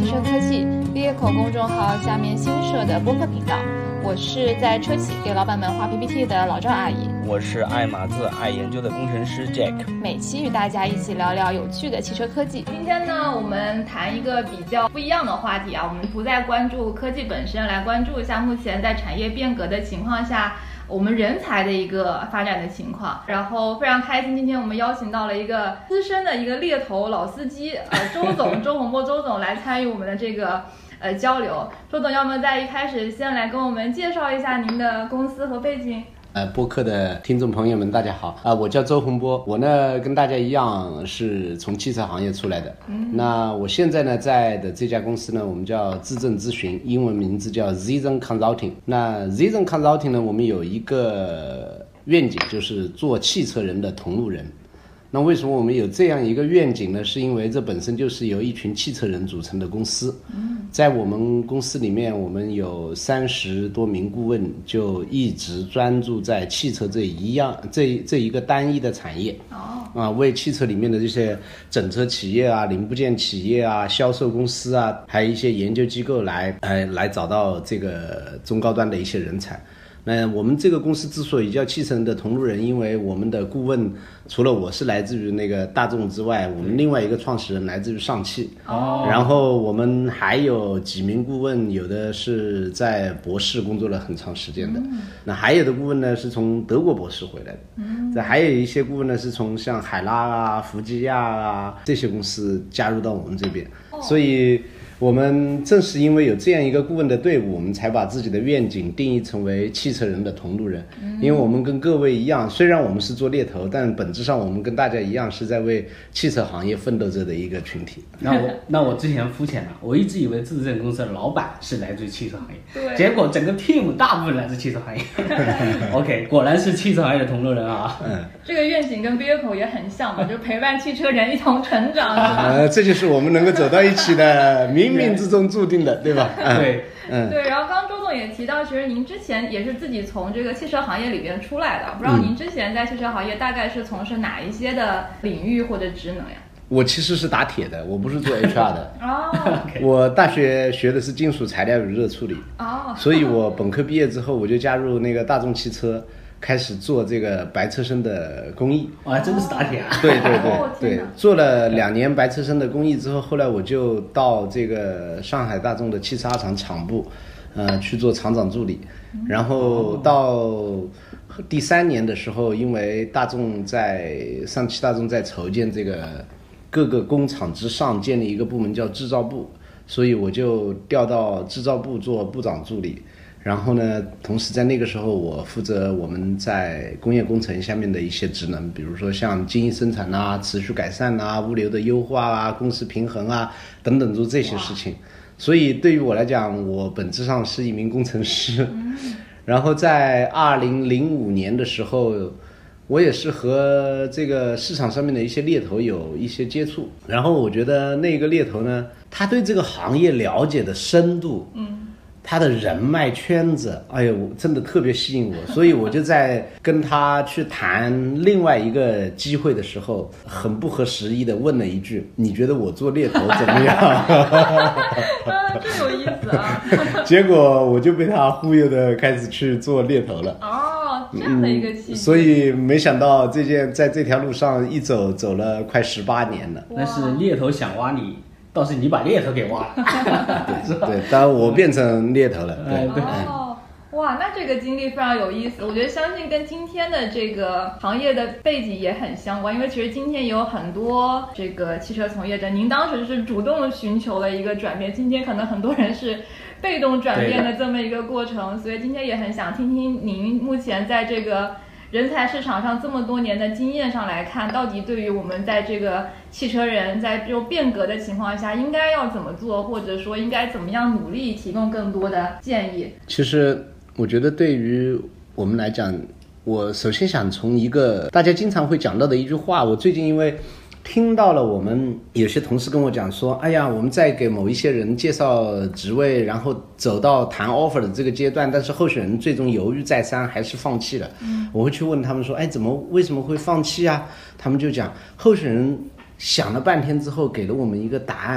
汽车科技 Vehicle 公众号下面新设的播客频道。我是在车企给老板们画 PPT 的老赵阿姨。 我是爱码字爱研究的工程师 Jack。 每期与大家一起聊聊有趣的汽车科技。今天呢，我们谈一个比较不一样的话题啊，我们不再关注科技本身，来关注一下目前在产业变革的情况下我们人才的一个发展的情况。然后非常开心，今天我们邀请到了一个资深的一个猎头老司机周总周洪波周总来参与我们的这个交流。周总，要么在一开始先来跟我们介绍一下您的公司和背景。 播客的听众朋友们，大家好我叫周洪波，我呢跟大家一样是从汽车行业出来的。那我现在呢在的这家公司呢，我们叫智正咨询，英文名字叫 Zizon Consulting。那 Zizon Consulting 呢，我们有一个愿景，就是做汽车人的同路人。那为什么我们有这样一个愿景呢？是因为这本身就是由一群汽车人组成的公司。在我们公司里面，我们有30多名顾问，就一直专注在汽车这一个单一的产业。为汽车里面的这些整车企业啊、零部件企业啊、销售公司啊，还有一些研究机构来找到这个中高端的一些人才。那我们这个公司之所以叫汽车人的同路人，因为我们的顾问除了我是来自于那个大众之外，我们另外一个创始人来自于上汽。然后我们还有几名顾问，有的是在博士工作了很长时间的，那还有的顾问呢是从德国博士回来的。这还有一些顾问呢是从像海拉啊、弗吉亚啊这些公司加入到我们这边。所以我们正是因为有这样一个顾问的队伍，我们才把自己的愿景定义成为汽车人的同路人。因为我们跟各位一样，虽然我们是做猎头，但本质上我们跟大家一样是在为汽车行业奋斗着的一个群体。 那我之前肤浅了，我一直以为智正公司的老板是来自于汽车行业，结果整个 team 大部分来自汽车行业。OK， 果然是汽车行业的同路人啊。 这个愿景跟 Vehicle 也很像嘛，就陪伴汽车人一同成长。 这就是我们能够走到一起的冥冥之中注定的，对吧？ 对。 对，然后刚刚周总也提到，其实您之前也是自己从这个汽车行业里边出来的，不知道您之前在汽车行业大概是从事哪一些的领域或者职能呀？ 我其实是打铁的，我不是做 HR 的。我大学学的是金属材料与热处理。所以我本科毕业之后，我就加入那个大众汽车，开始做这个白车身的工艺。 真的是打铁啊！ 对，做了2年白车身的工艺之后，后来我就到这个上海大众的汽车二厂厂部，去做厂长助理。然后到第3年的时候，因为上汽大众在筹建这个各个工厂之上建立一个部门叫制造部，所以我就调到制造部做部长助理。然后呢，同时在那个时候，我负责我们在工业工程下面的一些职能，比如说像精益生产啊、持续改善啊、物流的优化啊、公司平衡啊等等，做这些事情。所以对于我来讲，我本质上是一名工程师。然后在2005年的时候，我也是和这个市场上面的一些猎头有一些接触。然后我觉得那个猎头呢，他对这个行业了解的深度，他的人脉圈子，真的特别吸引我。所以我就在跟他去谈另外一个机会的时候，很不合时宜的问了一句：你觉得我做猎头怎么样？ 真有意思啊。 结果我就被他忽悠的开始去做猎头了。 这样的一个契机。 所以没想到在这条路上一走了快18年了。 那是猎头想挖你，倒是你把猎头给挖了。 对，当然我变成猎头了。对。 哇，那这个经历非常有意思，我觉得相信跟今天的这个行业的背景也很相关，因为其实今天有很多这个汽车从业者，您当时是主动寻求了一个转变，今天可能很多人是被动转变的这么一个过程，所以今天也很想听听您目前在这个人才市场上这么多年的经验上来看，到底对于我们在这个汽车人在这种变革的情况下应该要怎么做，或者说应该怎么样努力，提供更多的建议。 其实我觉得对于我们来讲，我首先想从一个大家经常会讲到的一句话，我最近因为听到了我们有些同事跟我讲说，我们在给某一些人介绍职位，然后走到谈 offer 的这个阶段，但是候选人最终犹豫再三还是放弃了。我会去问他们说，为什么会放弃啊？他们就讲候选人想了半天之后给了我们一个答案，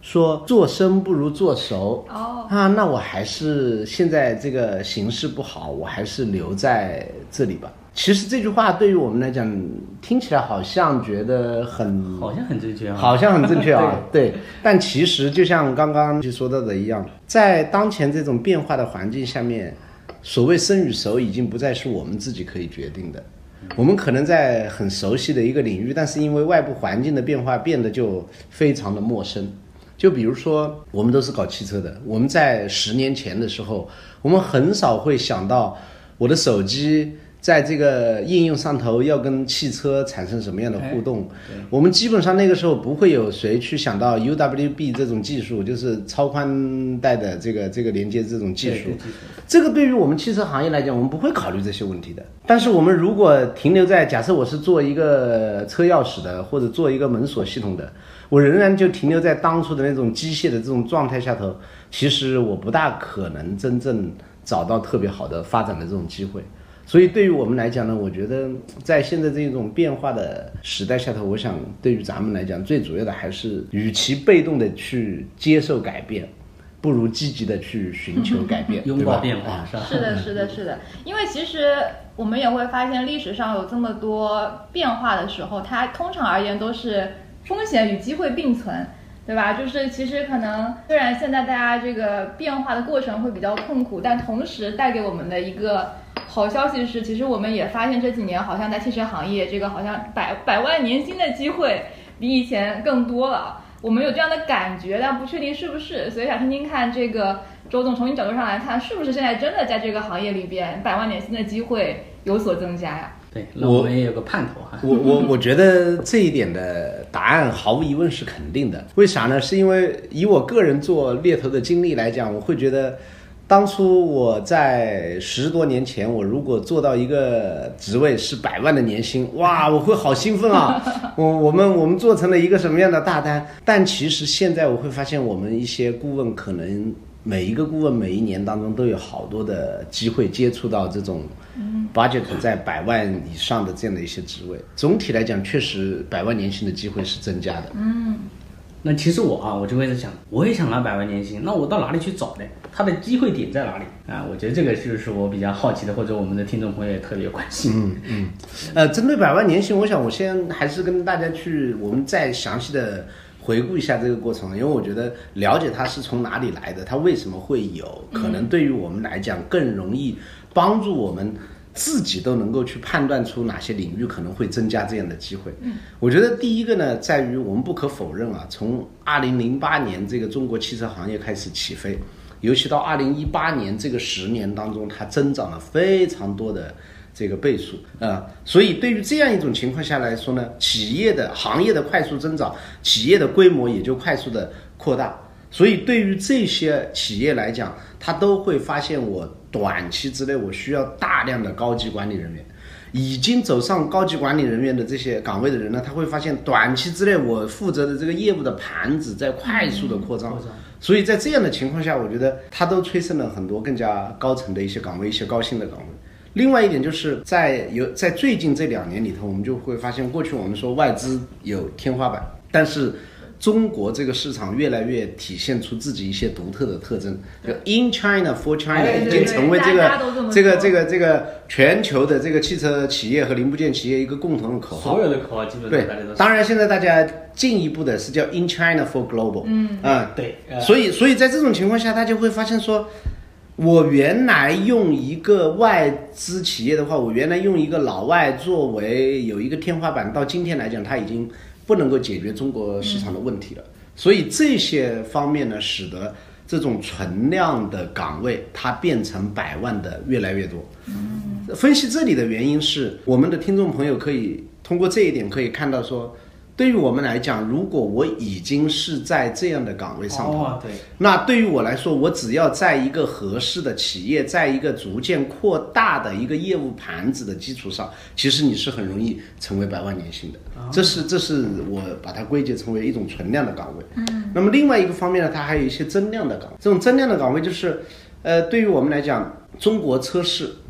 说做生不如做熟那我还是现在这个形势不好，我还是留在这里吧。其实这句话对于我们来讲，听起来好像觉得好像很正确好像很正确啊。对，但其实就像刚刚就说到的一样，在当前这种变化的环境下面，所谓生与熟已经不再是我们自己可以决定的。我们可能在很熟悉的一个领域，但是因为外部环境的变化，变得就非常的陌生。就比如说我们都是搞汽车的，我们在10年前的时候，我们很少会想到我的手机在这个应用上头要跟汽车产生什么样的互动。我们基本上那个时候不会有谁去想到 UWB 这种技术，就是超宽带的这个连接这种技术。这个对于我们汽车行业来讲，我们不会考虑这些问题的。但是我们如果停留在假设我是做一个车钥匙的，或者做一个门锁系统的，我仍然就停留在当初的那种机械的这种状态下头，其实我不大可能真正找到特别好的发展的这种机会。所以对于我们来讲呢，我觉得在现在这种变化的时代下头，我想对于咱们来讲，最主要的还是与其被动的去接受改变，不如积极的去寻求改变， 拥抱变化，是吧？ 是的。因为其实我们也会发现，历史上有这么多变化的时候，它通常而言都是风险与机会并存，对吧？就是其实可能虽然现在大家这个变化的过程会比较痛苦，但同时带给我们的一个好消息是，其实我们也发现这几年好像在汽车行业，这个好像百万年薪的机会比以前更多了。我们有这样的感觉，但不确定是不是，所以想听听看这个周总从你角度上来看，是不是现在真的在这个行业里边百万年薪的机会有所增加呀？ 对，那我们也有个盼头哈。 我觉得这一点的答案毫无疑问是肯定的。为啥呢？是因为以我个人做猎头的经历来讲，我会觉得当初我在10多年前，我如果做到一个职位是100万的年薪，哇，我会好兴奋啊！我们做成了一个什么样的大单？但其实现在我会发现，我们一些顾问可能每一个顾问每一年当中都有好多的机会接触到这种budget 在100万以上的这样的一些职位。总体来讲，确实100万年薪的机会是增加的。 那其实我就会在想，我也想拿100万年薪，那我到哪里去找呢？它的机会点在哪里啊？我觉得这个就是我比较好奇的，或者我们的听众朋友也特别关心。 针对100万年薪，我想我先还是跟大家我们再详细的回顾一下这个过程，因为我觉得了解它是从哪里来的，它为什么会有，可能对于我们来讲更容易帮助我们自己都能够去判断出哪些领域可能会增加这样的机会。我觉得第一个呢，在于我们不可否认啊，从2008年这个中国汽车行业开始起飞，尤其到2018年这个10年当中，它增长了非常多的这个倍数所以对于这样一种情况下来说呢，行业的快速增长，企业的规模也就快速的扩大。所以对于这些企业来讲，他都会发现我短期之内我需要大量的高级管理人员，已经走上高级管理人员的这些岗位的人呢，他会发现短期之内我负责的这个业务的盘子在快速的扩张。所以在这样的情况下，我觉得它都催生了很多更加高层的一些岗位，一些高薪的岗位。另外一点就是在最近这2年里头，我们就会发现，过去我们说外资有天花板，但是中国这个市场越来越体现出自己一些独特的特征，就 In China for China 已经成为这个全球的这个汽车企业和零部件企业一个共同的口号。 所有的口号基本上大家都是。 当然现在大家进一步的是叫 In China for Global。 对。 所以在这种情况下，大家会发现说，我原来用一个外资企业的话，我原来用一个老外作为有一个天花板，到今天来讲，它已经不能够解决中国市场的问题了。所以这些方面呢，使得这种存量的岗位它变成100万的越来越多。分析这里的原因是，我们的听众朋友可以通过这一点可以看到说，对于我们来讲，如果我已经是在这样的岗位上头，那对于我来说，我只要在一个合适的企业，在一个逐渐扩大的一个业务盘子的基础上，其实你是很容易成为100万年薪的。这是我把它归结成为一种存量的岗位。那么另外一个方面呢，它还有一些增量的岗位。这种增量的岗位就是，对于我们来讲，中国车市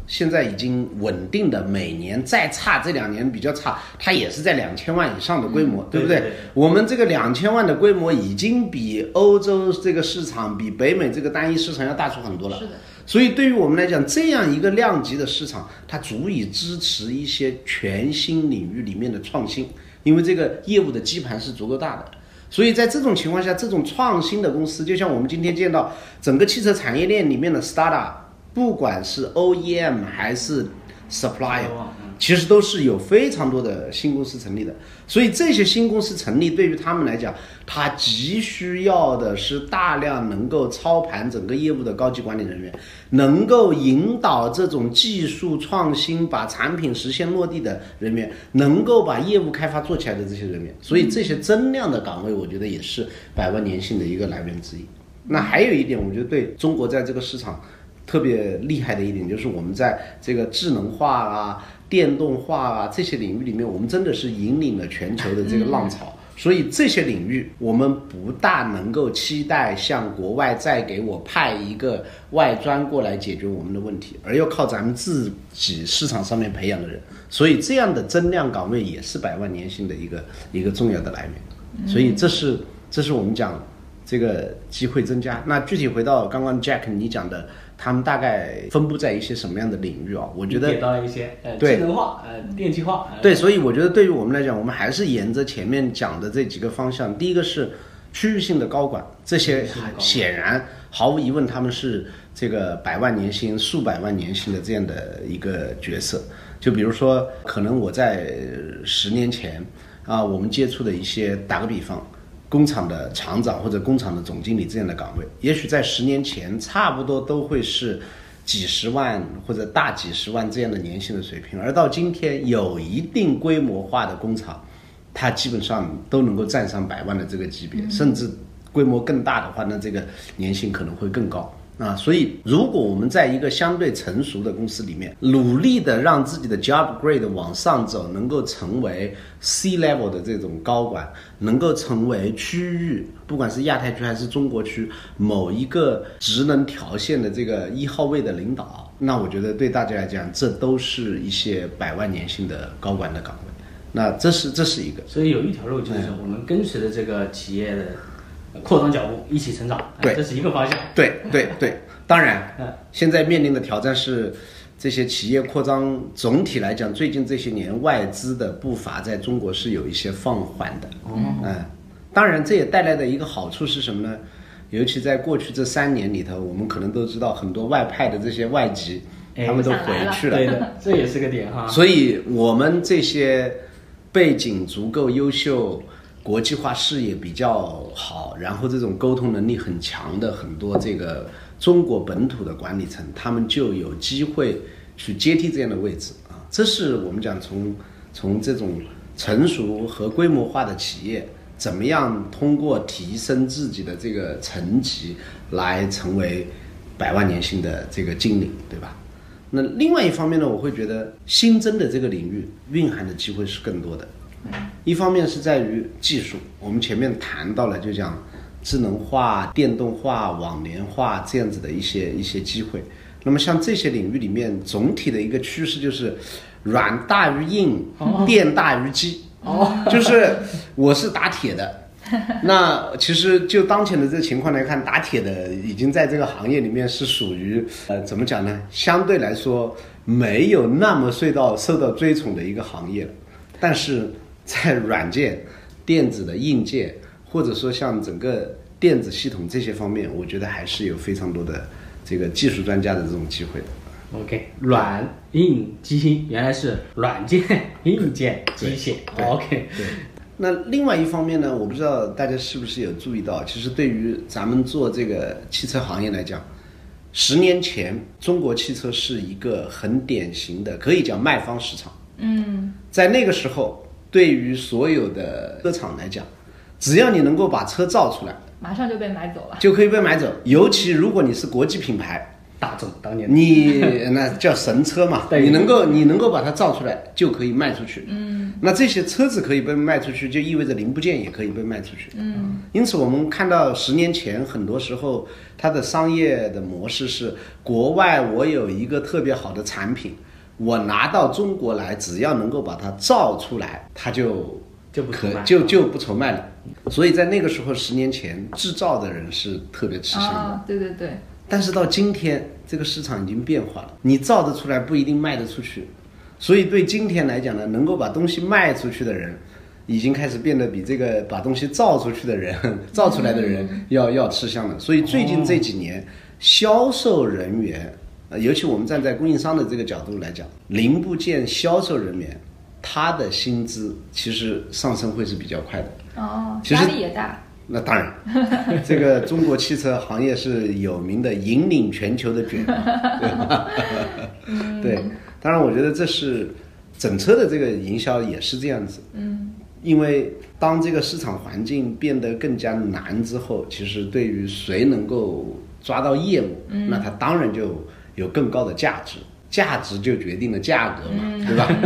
现在已经稳定的，每年再差这2年比较差，它也是在2000万以上的规模，对不对？我们这个2000万的规模已经比欧洲这个市场、比北美这个单一市场要大出很多了。 是的。 所以对于我们来讲，这样一个量级的市场，它足以支持一些全新领域里面的创新，因为这个业务的基盘是足够大的。所以在这种情况下，这种创新的公司，就像我们今天见到整个汽车产业链里面的 startup， 不管是 OEM 还是 supplier， 其实都是有非常多的新公司成立的。所以这些新公司成立对于他们来讲，他急需要的是大量能够操盘整个业务的高级管理人员，能够引导这种技术创新，把产品实现落地的人员，能够把业务开发做起来的这些人员。所以这些增量的岗位，我觉得也是100万年薪的一个来源之一。那还有一点，我觉得对中国在这个市场特别厉害的一点，就是我们在这个智能化啊、电动化啊这些领域里面，我们真的是引领了全球的这个浪潮。所以这些领域我们不大能够期待像国外再给我派一个外专过来解决我们的问题，而要靠咱们自己市场上面培养的人。所以这样的增量岗位也是100万年薪的一个重要的来源。所以这是我们讲这个机会增加。那具体回到刚刚 Jack 你讲的，他们大概分布在一些什么样的领域啊？我觉得给到了一些智能化、电气化。 对，所以我觉得对于我们来讲，我们还是沿着前面讲的这几个方向。第一个是区域性的高管，这些显然毫无疑问他们是这个100万年薪、数百万年薪的这样的一个角色。就比如说，可能我在10年前啊，我们接触的一些，打个比方，工厂的厂长或者工厂的总经理这样的岗位，也许在10年前差不多都会是几十万或者大几十万这样的年薪的水平，而到今天有一定规模化的工厂，它基本上都能够站上100万的这个级别，甚至规模更大的话，那这个年薪可能会更高。所以如果我们在一个相对成熟的公司里面，努力的让自己的 job grade 往上走，能够成为 C level 的这种高管，能够成为区域，不管是亚太区还是中国区某一个职能条线的这个1号位的领导，那我觉得对大家来讲，这都是一些100万年薪的高管的岗位。那这是一个。 所以有一条路就是我们跟随着这个企业的扩张脚步一起成长， 对， 这是一个方向。 对，当然，现在面临的挑战是，这些企业扩张总体来讲，最近这些年外资的步伐在中国是有一些放缓的。当然这也带来的一个好处是什么呢？尤其在过去这3年里头，我们可能都知道很多外派的这些外籍，他们都回去了。 对的，这也是个点哈。 所以我们这些背景足够优秀，国际化视野比较好，然后这种沟通能力很强的很多这个中国本土的管理层，他们就有机会去接替这样的位置啊。这是我们讲从这种成熟和规模化的企业，怎么样通过提升自己的这个层级来成为100万年薪的这个经理，对吧？那另外一方面呢，我会觉得新增的这个领域蕴含的机会是更多的。一方面是在于技术，我们前面谈到了，就讲智能化、电动化、网联化这样子的一些机会。那么像这些领域里面，总体的一个趋势就是软大于硬，电大于机。就是我是打铁的，那其实就当前的这个情况来看，打铁的已经在这个行业里面是属于怎么讲呢？相对来说没有那么受到追崇的一个行业了。但是在软件、电子的硬件，或者说像整个电子系统这些方面，我觉得还是有非常多的这个技术专家的这种机会的。 OK， 软硬机原来是软件、硬件、机械。OK， 对。那另外一方面呢，我不知道大家是不是有注意到，其实对于咱们做这个汽车行业来讲，10年前中国汽车是一个很典型的，可以讲卖方市场。在那个时候，对于所有的车厂来讲，只要你能够把车造出来， 马上就被买走了， 就可以被买走。尤其如果你是国际品牌， 大众当年你那叫神车嘛， 对你能够把它造出来，就可以卖出去。那这些车子可以被卖出去，就意味着零部件也可以被卖出去。因此我们看到10年前很多时候它的商业的模式是，国外我有一个特别好的产品，我拿到中国来，只要能够把它造出来，它就不愁卖了。所以在那个时候10年前，制造的人是特别吃香的。 对对对。 但是到今天，这个市场已经变化了，你造得出来不一定卖得出去，所以对今天来讲呢，能够把东西卖出去的人，已经开始变得比这个把东西造出去的人、造出来的人要吃香了。所以最近这几年，销售人员，尤其我们站在供应商的这个角度来讲，零部件销售人员，他的薪资其实上升会是比较快的。其实压力也大。 那当然，这个中国汽车行业是有名的引领全球的卷嘛，对吧？对，当然我觉得这是整车的这个营销也是这样子。因为当这个市场环境变得更加难之后，其实对于谁能够抓到业务，那它当然就有更高的价值，价值就决定了价格嘛，对吧？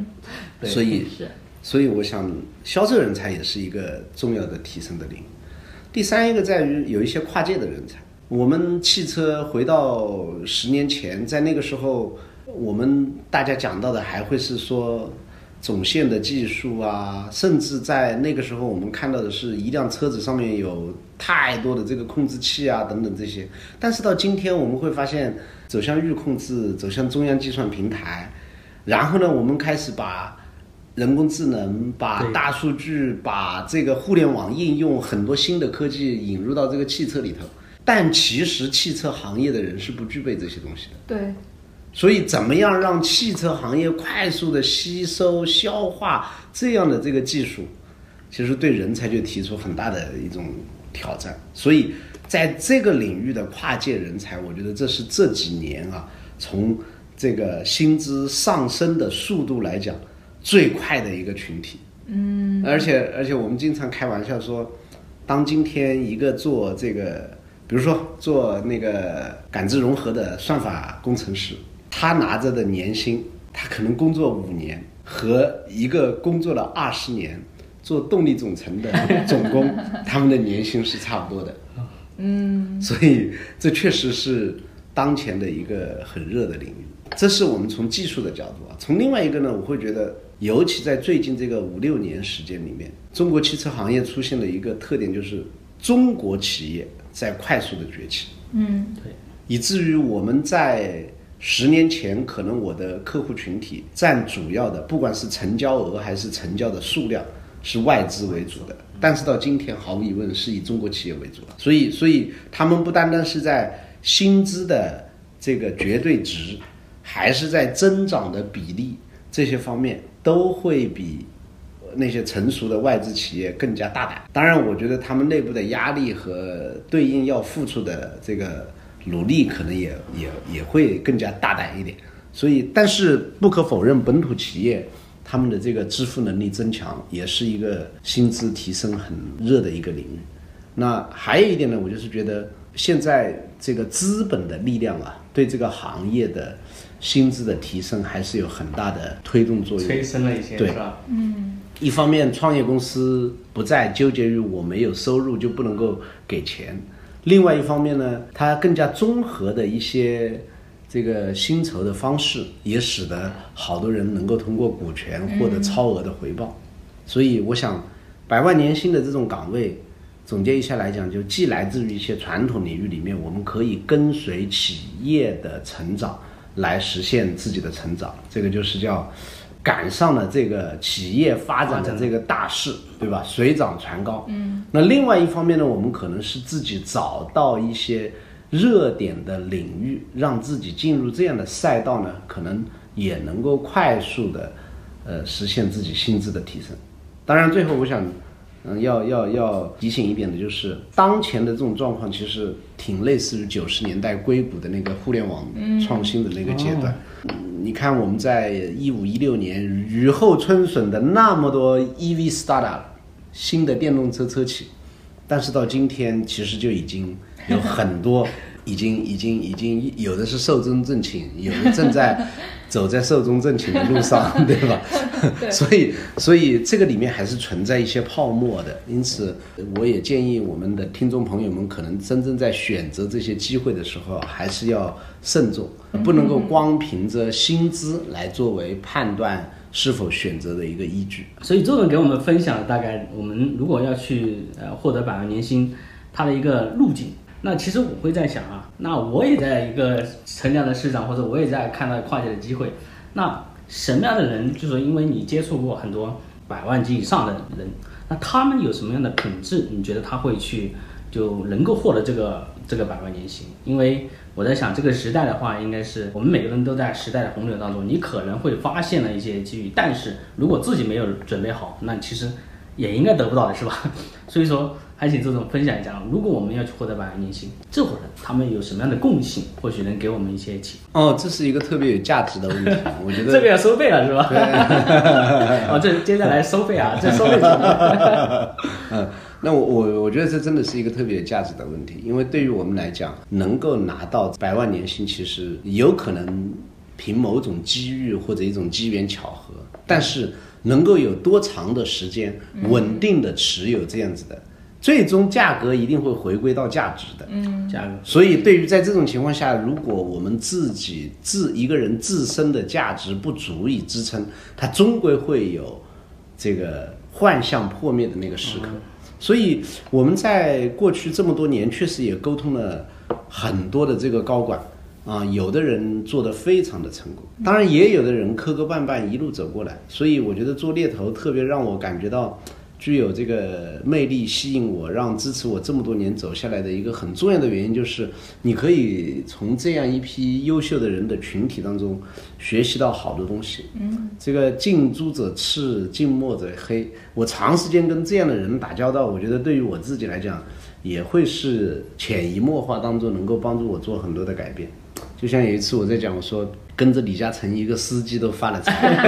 所以我想，销售人才也是一个重要的提升的领域。第三一个在于有一些跨界的人才。我们汽车回到10年前，在那个时候，我们大家讲到的还会是说总线的技术啊，甚至在那个时候我们看到的是一辆车子上面有太多的这个控制器啊等等这些。但是到今天我们会发现，走向预控制，走向中央计算平台，然后呢，我们开始把人工智能，把大数据，把这个互联网应用很多新的科技引入到这个汽车里头，但其实汽车行业的人是不具备这些东西的。 对， 所以怎么样让汽车行业快速的吸收消化这样的这个技术，其实对人才就提出很大的一种挑战。所以在这个领域的跨界人才，我觉得这是这几年啊，从这个薪资上升的速度来讲最快的一个群体。而且我们经常开玩笑说，当今天一个做这个，比如说做那个感知融合的算法工程师，他拿着的年薪，他可能工作5年，和一个工作了20年做动力总成的总工，他们的年薪是差不多的。所以这确实是当前的一个很热的领域。这是我们从技术的角度啊。从另外一个呢，我会觉得，尤其在最近这个5-6年时间里面，中国汽车行业出现了一个特点，就是中国企业在快速的崛起。 对， 以至于我们在10年前，可能我的客户群体占主要的，不管是成交额还是成交的数量，是外资为主的。但是到今天，毫无疑问是以中国企业为主的。所以他们不单单是在薪资的这个绝对值，还是在增长的比例这些方面，都会比那些成熟的外资企业更加大胆。当然我觉得他们内部的压力和对应要付出的这个努力可能也会更加大胆一点。所以但是不可否认，本土企业他们的这个支付能力增强，也是一个薪资提升很热的一个领域。那还有一点呢，我就是觉得现在这个资本的力量啊，对这个行业的薪资的提升还是有很大的推动作用， 催生了一些， 对， 是吧？ 一方面创业公司不再纠结于我没有收入就不能够给钱，另外一方面呢，它更加综合的一些这个薪酬的方式，也使得好多人能够通过股权获得超额的回报。所以我想100万年薪的这种岗位，总结一下来讲，就既来自于一些传统领域里面，我们可以跟随企业的成长来实现自己的成长，这个就是叫赶上了这个企业发展的这个大势，对吧？水涨船高。那另外一方面呢，我们可能是自己找到一些热点的领域，让自己进入这样的赛道呢，可能也能够快速的实现自己薪资的提升。当然最后我想要提醒一点的就是，当前的这种状况其实挺类似于90年代硅谷的那个互联网创新的那个阶段。你看我们在15-16年雨后春笋的那么多 EV startup 新的电动车车企，但是到今天其实就已经有很多已经有的是寿终正寝，有的正在走在寿终正寝的路上，对吧？ 对所以这个里面还是存在一些泡沫的，因此我也建议我们的听众朋友们，可能真正在选择这些机会的时候，还是要慎重，不能够光凭着薪资来作为判断是否选择的一个依据。 所以周总给我们分享了大概我们如果要去获得100万年薪，它的一个路径。那其实我会在想啊，那我也在一个成长的市场，或者我也在看到跨界的机会。那什么样的人，就是因为你接触过很多100万级以上的人，那他们有什么样的品质，你觉得他会去就能够获得这个100万年薪？因为我在想，这个时代的话，应该是我们每个人都在时代的洪流当中，你可能会发现了一些机遇，但是如果自己没有准备好，那其实也应该得不到的，是吧？所以说还请周总分享一下，如果我们要去获得100万年薪，这伙人他们有什么样的共性，或许能给我们一些启发。 这是一个特别有价值的问题，我觉得这个要收费了是吧？对。这接下来收费啊，这收费那我觉得这真的是一个特别有价值的问题，因为对于我们来讲，能够拿到100万年薪，其实有可能凭某种机遇或者一种机缘巧合，但是能够有多长的时间稳定的持有这样子的，最终价格一定会回归到价值的。 价格。 所以对于在这种情况下，如果我们一个人自身的价值不足以支撑，他终归会有这个幻象破灭的那个时刻。所以我们在过去这么多年确实也沟通了很多的这个高管啊，有的人做得非常的成功，当然也有的人磕磕绊绊一路走过来。所以我觉得做猎头特别让我感觉到具有这个魅力，吸引我，让支持我这么多年走下来的一个很重要的原因，就是你可以从这样一批优秀的人的群体当中学习到好多东西。这个近朱者赤，近墨者黑。我长时间跟这样的人打交道，我觉得对于我自己来讲，也会是潜移默化当中能够帮助我做很多的改变。就像有一次我在讲，我说跟着李嘉诚一个司机都发了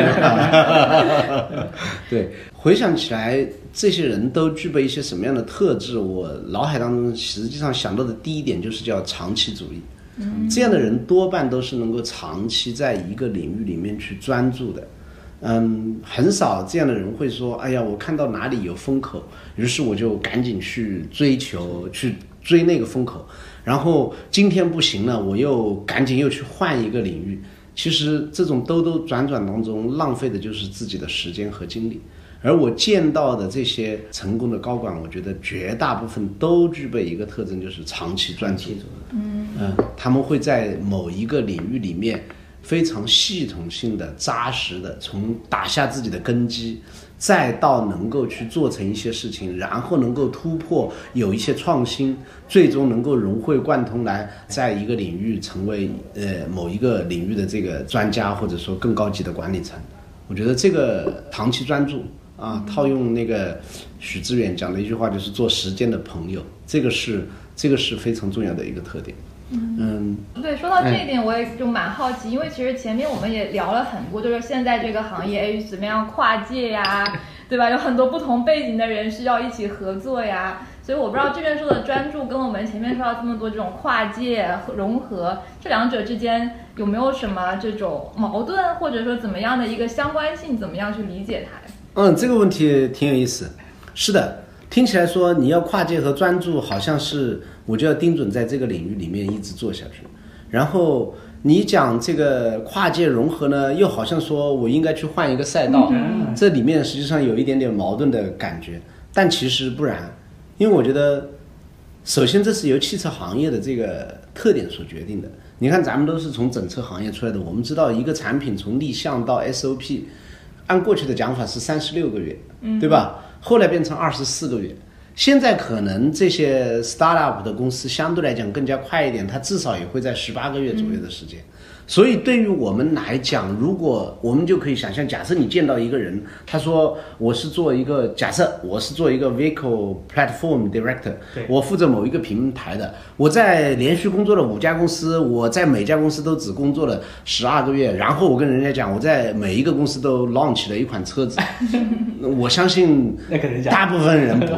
财。对，回想起来，这些人都具备一些什么样的特质？我脑海当中实际上想到的第一点就是叫长期主义。这样的人多半都是能够长期在一个领域里面去专注的。很少这样的人会说，哎呀，我看到哪里有风口，于是我就赶紧去追那个风口，然后今天不行了，我又赶紧又去换一个领域。其实这种兜兜转转当中浪费的就是自己的时间和精力。而我见到的这些成功的高管，我觉得绝大部分都具备一个特征，就是长期专注。他们会在某一个领域里面非常系统性的、扎实的，从打下自己的根基，再到能够去做成一些事情，然后能够突破，有一些创新，最终能够融会贯通，来在一个领域成为某一个领域的这个专家，或者说更高级的管理层。我觉得这个长期专注啊，套用那个许知远讲的一句话，就是做时间的朋友，这个是非常重要的一个特点。 对，说到这一点，我也就蛮好奇，因为其实前面我们也聊了很多，就是现在这个行业，怎么样跨界呀，对吧？有很多不同背景的人需要一起合作呀，所以我不知道这边说的专注跟我们前面说到这么多这种跨界融合，这两者之间有没有什么这种矛盾，或者说怎么样的一个相关性，怎么样去理解它？ 这个问题挺有意思。是的，听起来说你要跨界和专注，好像是我就要盯准在这个领域里面一直做下去。然后你讲这个跨界融合呢，又好像说我应该去换一个赛道，这里面实际上有一点点矛盾的感觉。但其实不然，因为我觉得首先这是由汽车行业的这个特点所决定的。你看咱们都是从整车行业出来的，我们知道一个产品从立项到 SOP， 按过去的讲法是36个月，对吧？后来变成24个月。现在可能这些 startup 的公司相对来讲更加快一点，它至少也会在18个月左右的时间。所以对于我们来讲，如果我们就可以想象，假设你见到一个人，他说我是做一个vehicle platform director， 我负责某一个平台的，我在连续工作了5家公司，我在每家公司都只工作了12个月，然后我跟人家讲我在每一个公司都 launch 了一款车子，我相信大部分人不会相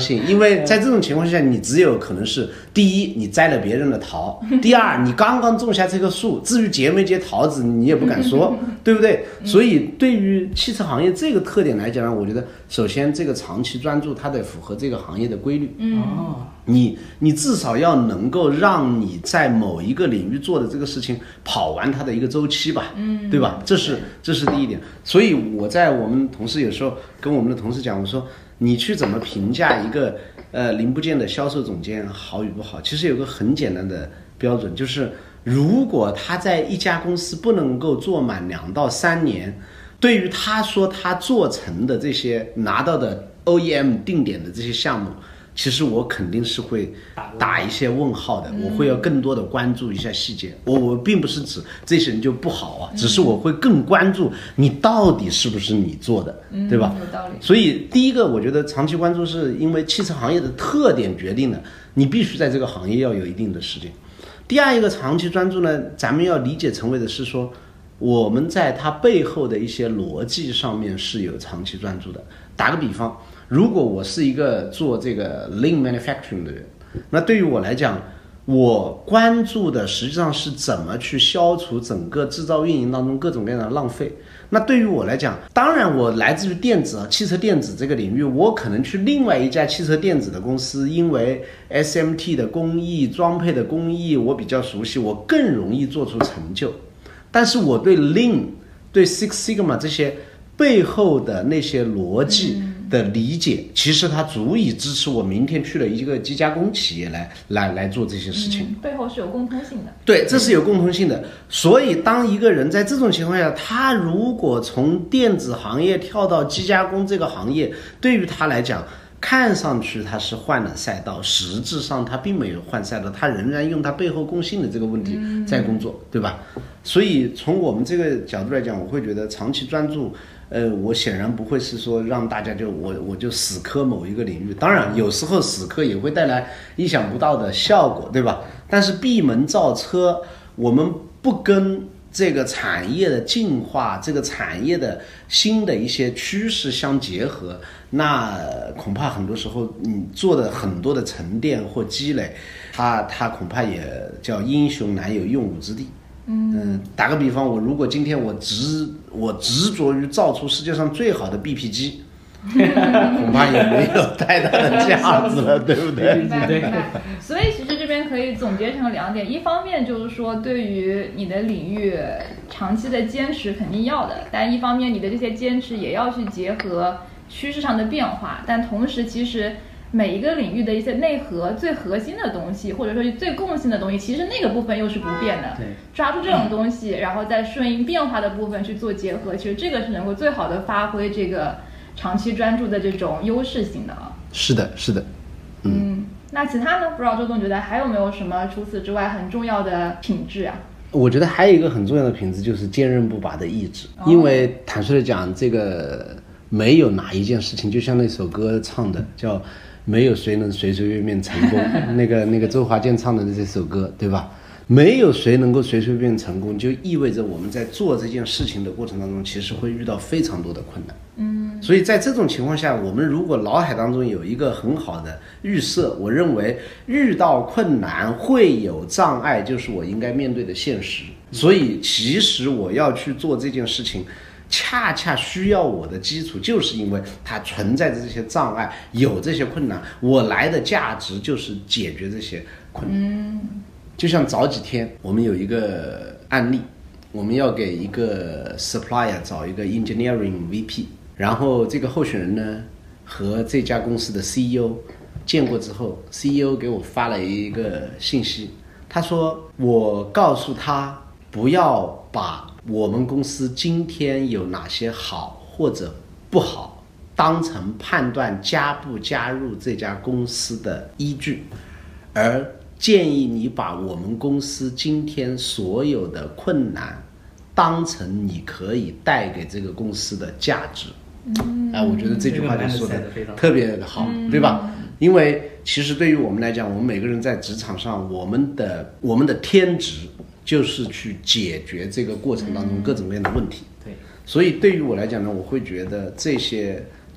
信，因为在这种情况下，你只有可能是第一，你摘了别人的桃；第二，你刚刚种下这棵树，至于结没结桃子，你也不敢说，对不对？所以对于汽车行业这个特点来讲呢，我觉得首先这个长期专注，它得符合这个行业的规律。你至少要能够让你在某一个领域做的这个事情跑完它的一个周期吧，对吧？这是第一点。所以我在我们同事有时候跟我们的同事讲，我说你去怎么评价一个零部件的销售总监好与不好？其实有个很简单的标准，就是如果他在一家公司不能够做满2到3年，对于他说他做成的这些拿到的 OEM 定点的这些项目，其实我肯定是会打一些问号的，我会要更多的关注一下细节。我并不是指这些人就不好啊，只是我会更关注你到底是不是你做的，对吧？ 有道理。 所以第一个，我觉得长期关注是因为汽车行业的特点决定了你必须在这个行业要有一定的时间。第二一个长期专注呢，咱们要理解成为的是说，我们在它背后的一些逻辑上面是有长期专注的。打个比方，如果我是一个做这个 Lean Manufacturing 的人，那对于我来讲，我关注的实际上是怎么去消除整个制造运营当中各种各样的浪费。那对于我来讲，当然我来自于电子汽车电子这个领域，我可能去另外一家汽车电子的公司，因为 SMT 的工艺、装配的工艺我比较熟悉，我更容易做出成就。但是我对 Lean、对 Six Sigma 这些背后的那些逻辑的理解，其实它足以支持我明天去了一个机加工企业来做这些事情。 背后是有共通性的。 对，这是有共通性的。所以当一个人在这种情况下，他如果从电子行业跳到机加工这个行业，对于他来讲，看上去他是换了赛道，实质上他并没有换赛道，他仍然用他背后共性的这个问题在工作，对吧？所以从我们这个角度来讲，我会觉得长期专注，我显然不会是说让大家我就死磕某一个领域，当然有时候死磕也会带来意想不到的效果，对吧？但是闭门造车，我们不跟这个产业的进化，这个产业的新的一些趋势相结合，那恐怕很多时候你做的很多的沉淀或积累，它恐怕也叫英雄难有用武之地。打个比方，我如果今天我执着于造出世界上最好的 BP 机，恐怕也没有太大的价值了，对不对？ 明白。所以其实这边可以总结成2点，一方面就是说对于你的领域长期的坚持肯定要的，但一方面你的这些坚持也要去结合趋势上的变化，但同时其实每一个领域的一些内核最核心的东西，或者说最共性的东西，其实那个部分又是不变的。抓住这种东西，然后再顺应变化的部分去做结合，其实这个是能够最好的发挥这个长期专注的这种优势性的啊。 是的。 那其他呢？不知道周总觉得还有没有什么除此之外很重要的品质啊？ 我觉得还有一个很重要的品质就是坚韧不拔的意志，因为坦率的讲，这个没有哪一件事情，就像那首歌唱的叫没有谁能随随便便成功那个周华健唱的这首歌，对吧？没有谁能够随随便便成功，就意味着我们在做这件事情的过程当中，其实会遇到非常多的困难。所以在这种情况下，我们如果脑海当中有一个很好的预设，我认为遇到困难会有障碍，就是我应该面对的现实。所以其实我要去做这件事情，恰恰需要我的基础，就是因为它存在着这些障碍，有这些困难，我来的价值就是解决这些困难。就像早几天我们有一个案例，我们要给一个 supplier 找一个 engineering VP， 然后这个候选人呢和这家公司的 CEO 见过之后， CEO 给我发了一个信息，他说我告诉他不要把我们公司今天有哪些好或者不好当成判断加不加入这家公司的依据，而建议你把我们公司今天所有的困难当成你可以带给这个公司的价值。我觉得这句话就说的特别好，对吧？因为其实对于我们来讲，我们每个人在职场上，我们的天职就是去解决这个过程当中各种各样的问题。所以对于我来讲呢，我会觉得这些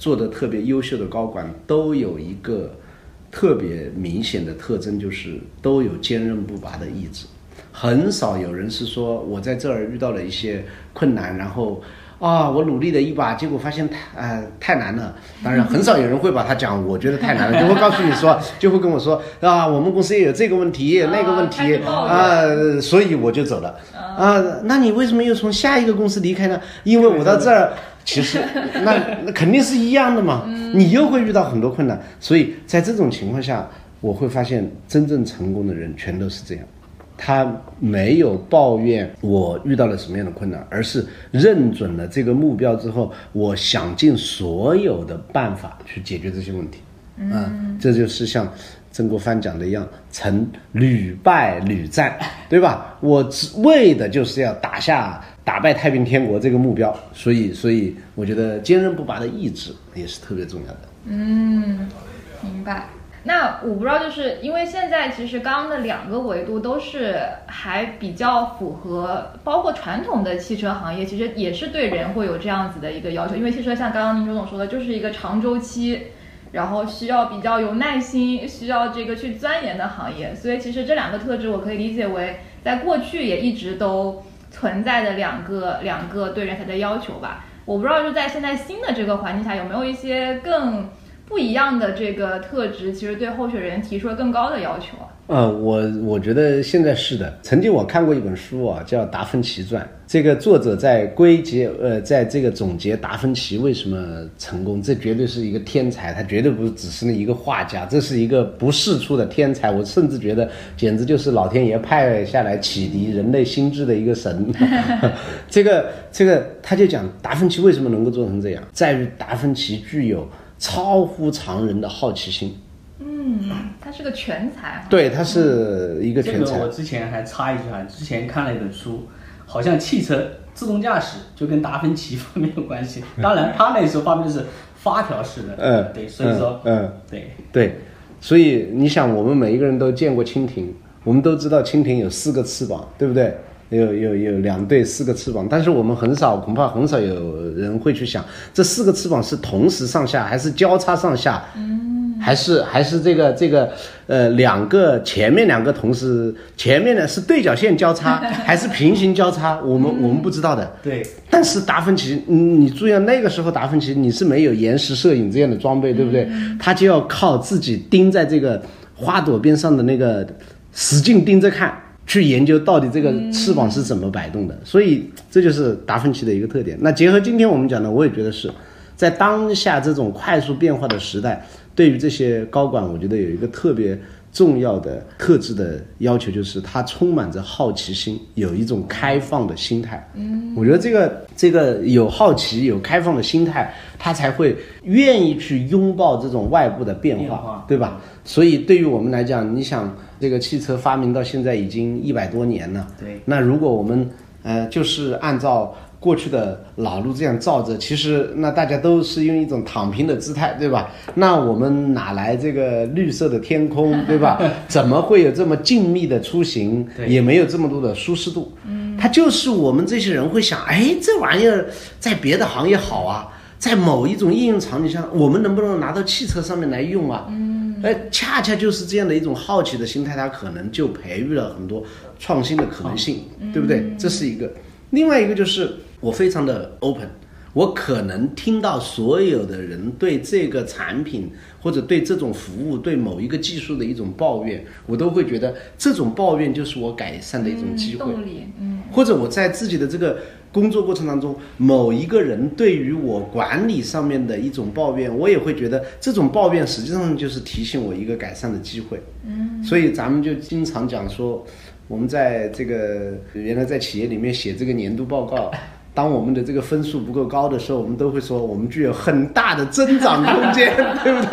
做得特别优秀的高管都有一个特别明显的特征，就是都有坚韧不拔的意志。很少有人是说我在这儿遇到了一些困难，然后我努力了一把，结果发现太难了。当然很少有人会把它讲我觉得太难了，就会告诉你说，就会跟我说我们公司也有这个问题那个问题所以我就走了那你为什么又从下一个公司离开呢？因为我到这儿其实那肯定是一样的嘛，你又会遇到很多困难。所以在这种情况下，我会发现真正成功的人全都是这样，他没有抱怨我遇到了什么样的困难，而是认准了这个目标之后，我想尽所有的办法去解决这些问题。这就是像曾国藩讲的一样，曾屡败屡战，对吧？我为的就是要打败太平天国这个目标，所以我觉得坚韧不拔的意志也是特别重要的。 明白。那我不知道，就是因为现在其实刚刚的2个维度都是还比较符合，包括传统的汽车行业其实也是对人会有这样子的一个要求，因为汽车像刚刚您周总说的，就是一个长周期，然后需要比较有耐心，需要这个去钻研的行业。所以其实这2个特质我可以理解为在过去也一直都存在的两个对人才的要求吧。我不知道就在现在新的这个环境下，有没有一些更不一样的这个特质，其实对候选人提出了更高的要求我觉得现在是的。曾经我看过一本书叫《达芬奇传》，这个作者在在这个总结达芬奇为什么成功，这绝对是一个天才，他绝对不是只是一个画家，这是一个不世出的天才。我甚至觉得简直就是老天爷派下来启迪人类心智的一个神。这个他就讲达芬奇为什么能够做成这样，在于达芬奇具有超乎常人的好奇心。 他是个全才。 对，他是一个全才。 这个我之前还插一句之前看了一本书，好像汽车自动驾驶就跟达芬奇方面有关系。当然他那时候发明的是发条式的。对，所以说对，所以你想，我们每一个人都见过蜻蜓，我们都知道蜻蜓有4个翅膀，对不对？有2对4个翅膀，但是我们恐怕很少有人会去想，这4个翅膀是同时上下，还是交叉上下？还是这个前面2个同时，前面的是对角线交叉还是平行交叉？我们不知道的。 对。 但是达芬奇，你注意那个时候达芬奇你是没有延时摄影这样的装备，对不对？他就要靠自己盯在这个花朵边上的那个使劲盯着看，去研究到底这个翅膀是怎么摆动的。所以这就是达芬奇的一个特点。那结合今天我们讲的，我也觉得是在当下这种快速变化的时代，对于这些高管，我觉得有一个特别重要的特质的要求，就是他充满着好奇心，有一种开放的心态。我觉得这个有好奇有开放的心态，他才会愿意去拥抱这种外部的变化，对吧？所以对于我们来讲，你想这个汽车发明到现在已经100多年了， 对， 那如果我们就是按照过去的老路这样照着，其实那大家都是用一种躺平的姿态，对吧？那我们哪来这个绿色的天空，对吧？怎么会有这么静谧的出行，也没有这么多的舒适度？它就是我们这些人会想，这玩意儿在别的行业好啊，在某一种应用场景下，我们能不能拿到汽车上面来用啊？恰恰就是这样的一种好奇的心态，它可能就培育了很多创新的可能性，对不对？这是一个。另外一个就是我非常的 open， 我可能听到所有的人对这个产品或者对这种服务对某一个技术的一种抱怨，我都会觉得这种抱怨就是我改善的一种机会， 动力。 或者我在自己的这个工作过程当中，某一个人对于我管理上面的一种抱怨，我也会觉得这种抱怨实际上就是提醒我一个改善的机会。所以咱们就经常讲说，我们在这个原来在企业里面写这个年度报告，当我们的这个分数不够高的时候，我们都会说我们具有很大的增长空间，对不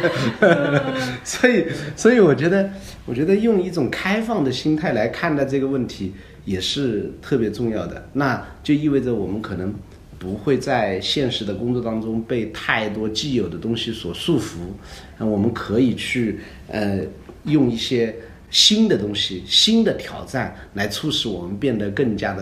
对？所以我觉得用一种开放的心态来看待这个问题也是特别重要的。那就意味着我们可能不会在现实的工作当中被太多既有的东西所束缚，我们可以去用一些新的东西、新的挑战来促使我们变得更加的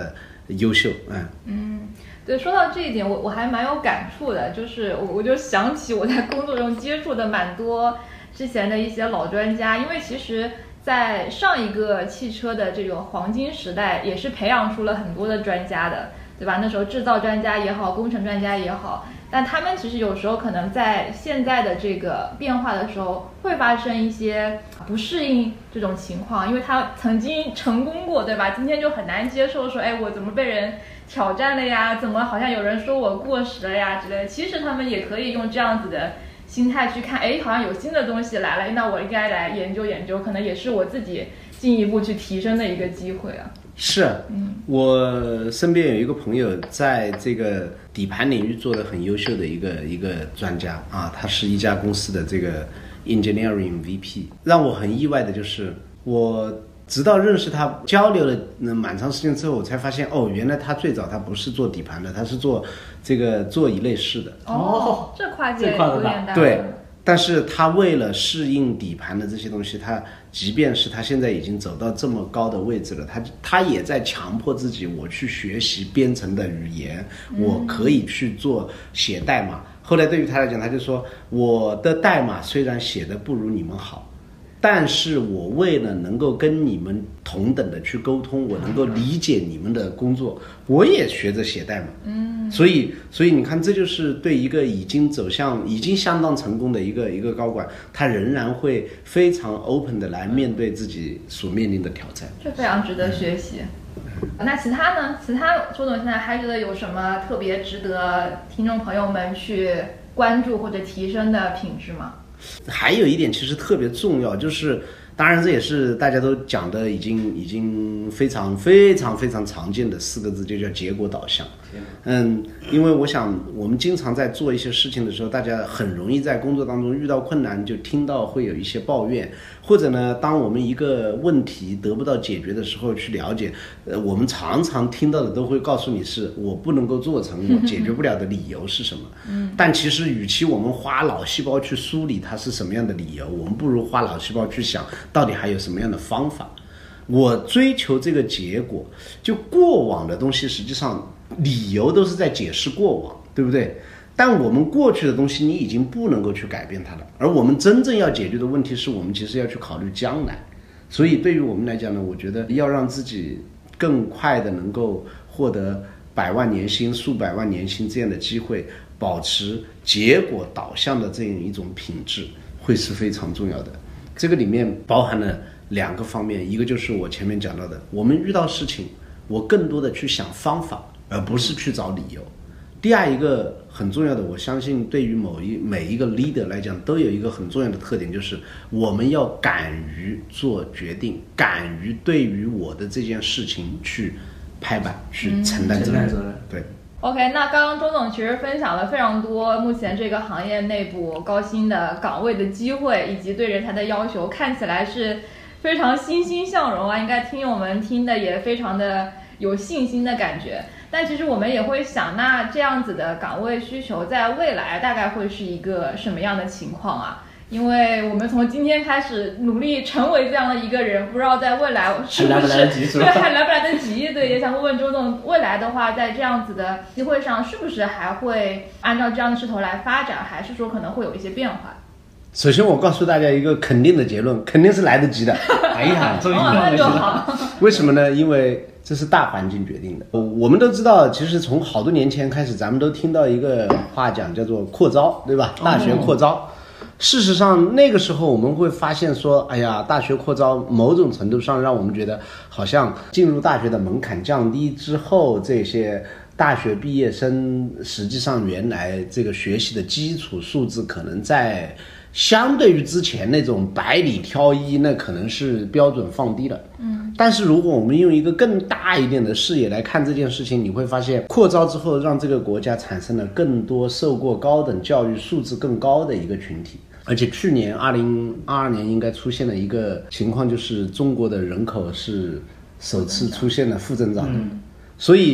优秀。 对，说到这一点，我还蛮有感触的，就是我就想起我在工作中接触的蛮多之前的一些老专家，因为其实在上一个汽车的这种黄金时代，也是培养出了很多的专家的，对吧？那时候制造专家也好，工程专家也好，但他们其实有时候可能在现在的这个变化的时候，会发生一些不适应这种情况，因为他曾经成功过，对吧？今天就很难接受说，哎，我怎么被人挑战了呀？怎么好像有人说我过时了呀之类的？其实他们也可以用这样子的心态去看，哎，好像有新的东西来了，那我应该来研究研究，可能也是我自己进一步去提升的一个机会啊。 是，我身边有一个朋友在这个底盘领域做的很优秀的一个专家啊，他是一家公司的这个 engineering VP。让我很意外的就是，我直到认识他交流了蛮长时间之后，我才发现哦，原来他最早他不是做底盘的，他是做这个座椅内饰的。 这跨界有点大。 对。但是他为了适应底盘的这些东西，他即便是他现在已经走到这么高的位置了，他也在强迫自己，我去学习编程的语言，我可以去做写代码。后来对于他来讲，他就说我的代码虽然写的不如你们好，但是我为了能够跟你们同等的去沟通，我能够理解你们的工作，我也学着写代码。所以你看，这就是对一个已经相当成功的一个高管，他仍然会非常 open 的来面对自己所面临的挑战， 这非常值得学习。那其他呢？其他周总现在还觉得有什么特别值得听众朋友们去关注或者提升的品质吗？ 还有一点其实特别重要，就是当然这也是大家都讲的已经非常非常非常常见的4个字，就叫结果导向。因为我想我们经常在做一些事情的时候，大家很容易在工作当中遇到困难，就听到会有一些抱怨，或者呢，当我们一个问题得不到解决的时候去了解，我们常常听到的都会告诉你是我不能够做成，我解决不了的理由是什么。但其实与其我们花脑细胞去梳理它是什么样的理由，我们不如花脑细胞去想到底还有什么样的方法。我追求这个结果，就过往的东西实际上理由都是在解释过往，对不对？但我们过去的东西你已经不能够去改变它了，而我们真正要解决的问题是我们其实要去考虑将来。所以对于我们来讲呢，我觉得要让自己更快的能够获得100万年薪、数百万年薪这样的机会，保持结果导向的这样一种品质会是非常重要的。这个里面包含了2个方面，一个就是我前面讲到的，我们遇到事情我更多的去想方法而不是去找理由。第二一个很重要的，我相信对于每一个 leader 来讲都有一个很重要的特点，就是我们要敢于做决定，敢于对于我的这件事情去拍板，去承担责任。对。 OK， 那刚刚周总其实分享了非常多目前这个行业内部高薪的岗位的机会，以及对人才的要求，看起来是非常欣欣向荣啊，应该听友们听的也非常的有信心的感觉。但其实我们也会想，那这样子的岗位需求在未来大概会是一个什么样的情况啊？因为我们从今天开始努力成为这样的一个人，不知道在未来是不是还来不来得及，是吧？ 对，还来不来得及？对，也想问问周总，未来的话，在这样子的机会上，是不是还会按照这样的势头来发展，还是说可能会有一些变化？ 首先我告诉大家一个肯定的结论，肯定是来得及的。 哎呀，终于那就好。 为什么呢？因为这是大环境决定的。我们都知道，其实从好多年前开始，咱们都听到一个话讲，叫做扩招，对吧？大学扩招。事实上，那个时候我们会发现说，哎呀，大学扩招某种程度上让我们觉得，好像进入大学的门槛降低之后，这些大学毕业生实际上原来这个学习的基础素质可能在相对于之前那种百里挑一，那可能是标准放低了。但是如果我们用一个更大一点的视野来看这件事情，你会发现扩招之后让这个国家产生了更多受过高等教育素质更高的一个群体。而且去年2022年应该出现了一个情况，就是中国的人口是首次出现了负增长的。所以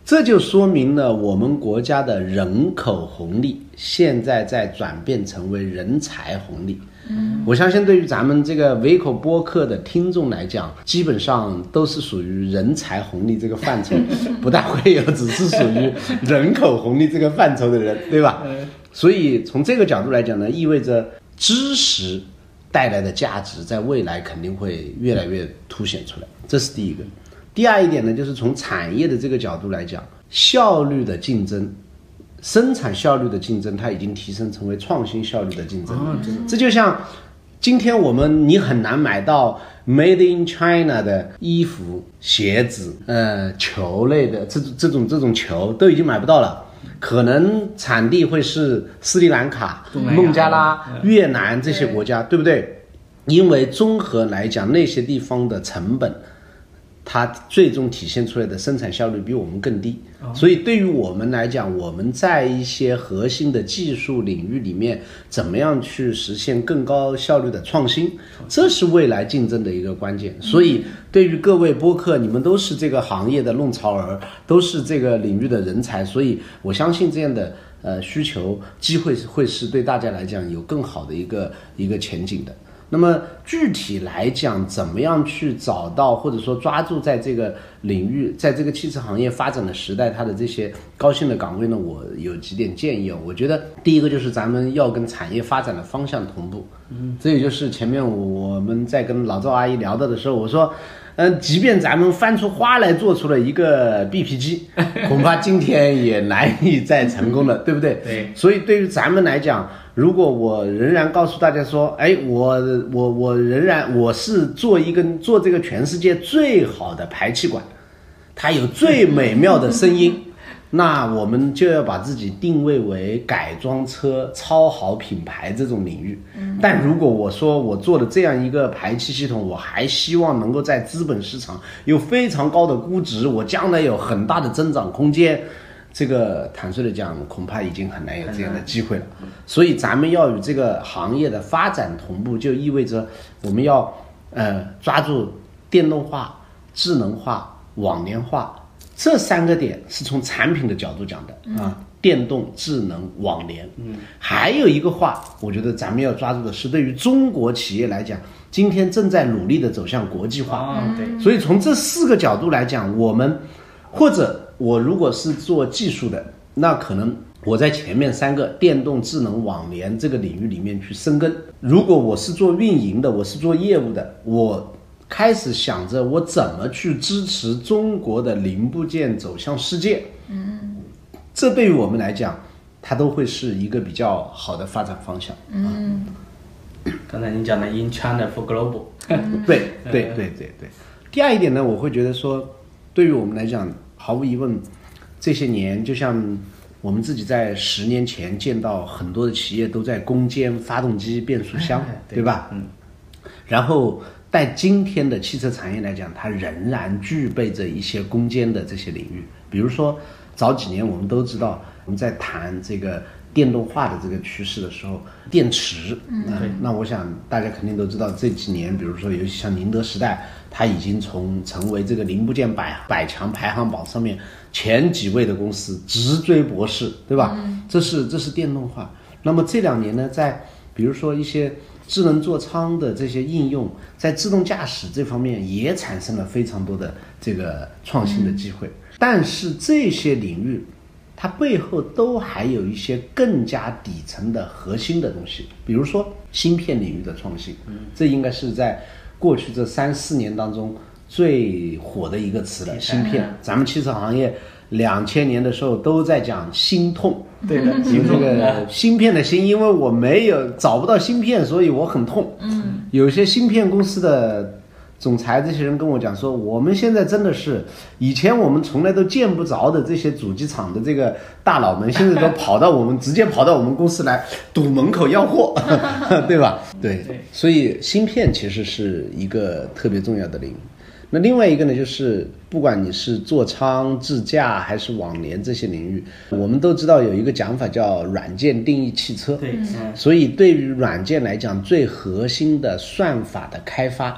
这就说明了我们国家的人口红利现在在转变成为人才红利。我相信对于咱们这个微口播客的听众来讲，基本上都是属于人才红利这个范畴，不大会有只是属于人口红利这个范畴的人，对吧？所以从这个角度来讲呢，意味着知识带来的价值在未来肯定会越来越凸显出来，这是第一个。第二一点呢，就是从产业的这个角度来讲，效率的竞争，生产效率的竞争，它已经提升成为创新效率的竞争。这就像今天你很难买到 Made in China 的衣服、鞋子、球类的这种球都已经买不到了，可能产地会是斯里兰卡、孟加拉、越南这些国家，对不对？因为综合来讲，那些地方的成本，它最终体现出来的生产效率比我们更低，所以对于我们来讲，我们在一些核心的技术领域里面，怎么样去实现更高效率的创新，这是未来竞争的一个关键。所以对于各位播客，你们都是这个行业的弄潮儿，都是这个领域的人才，所以我相信这样的需求机会会是对大家来讲有更好的一个前景的。那么具体来讲，怎么样去找到或者说抓住在这个领域，在这个汽车行业发展的时代，它的这些高薪的岗位呢？我有几点建议。我觉得第一个就是咱们要跟产业发展的方向同步。这也就是前面我们在跟老赵阿姨聊到的时候，我说，即便咱们翻出花来做出了一个 BP 机，恐怕今天也难以再成功了，对不对？ 对。 所以对于咱们来讲，如果我仍然告诉大家说，我仍然我是做这个全世界最好的排气管，它有最美妙的声音，那我们就要把自己定位为改装车超好品牌这种领域。但如果我说我做了这样一个排气系统，我还希望能够在资本市场有非常高的估值，我将来有很大的增长空间，这个坦率的讲，恐怕已经很难有这样的机会了。所以咱们要与这个行业的发展同步，就意味着我们要抓住电动化、智能化、网联化这三个点，是从产品的角度讲的啊，电动、智能、网联。还有一个话，我觉得咱们要抓住的是，对于中国企业来讲，今天正在努力的走向国际化。 对。 所以从这四个角度来讲，我们或者我如果是做技术的，那可能我在前面三个电动、智能、网联这个领域里面去深耕。如果我是做运营的，我是做业务的，我开始想着我怎么去支持中国的零部件走向世界。这对于我们来讲，它都会是一个比较好的发展方向。 刚才你讲的 In China for Global。 对。第二一点呢，我会觉得说，对于我们来讲，毫无疑问，这些年就像我们自己在10年前见到很多的企业都在攻坚发动机、变速箱，对吧？然后在今天的汽车产业来讲，它仍然具备着一些攻坚的这些领域。比如说早几年我们都知道，我们在谈这个电动化的这个趋势的时候，电池，那我想大家肯定都知道，这几年比如说尤其像宁德时代，它已经成为这个零部件百强排行榜上面前几位的公司，直追博士，对吧？这是电动化。那么这2年呢，在比如说一些智能座舱的这些应用，在自动驾驶这方面也产生了非常多的这个创新的机会。但是这些领域它背后都还有一些更加底层的核心的东西，比如说芯片领域的创新。这应该是在过去这3-4年当中最火的一个词了，芯片。咱们汽车行业2000年的时候都在讲心痛，对的，有这个芯片的芯，因为我找不到芯片，所以我很痛。有些芯片公司的总裁这些人跟我讲说，我们现在真的是以前我们从来都见不着的这些主机厂的这个大佬们，现在都直接跑到我们公司来堵门口要货，对吧？对，所以芯片其实是一个特别重要的领域。那另外一个呢，就是不管你是座舱、智驾还是网联这些领域，我们都知道有一个讲法叫软件定义汽车。对，所以对于软件来讲，最核心的算法的开发，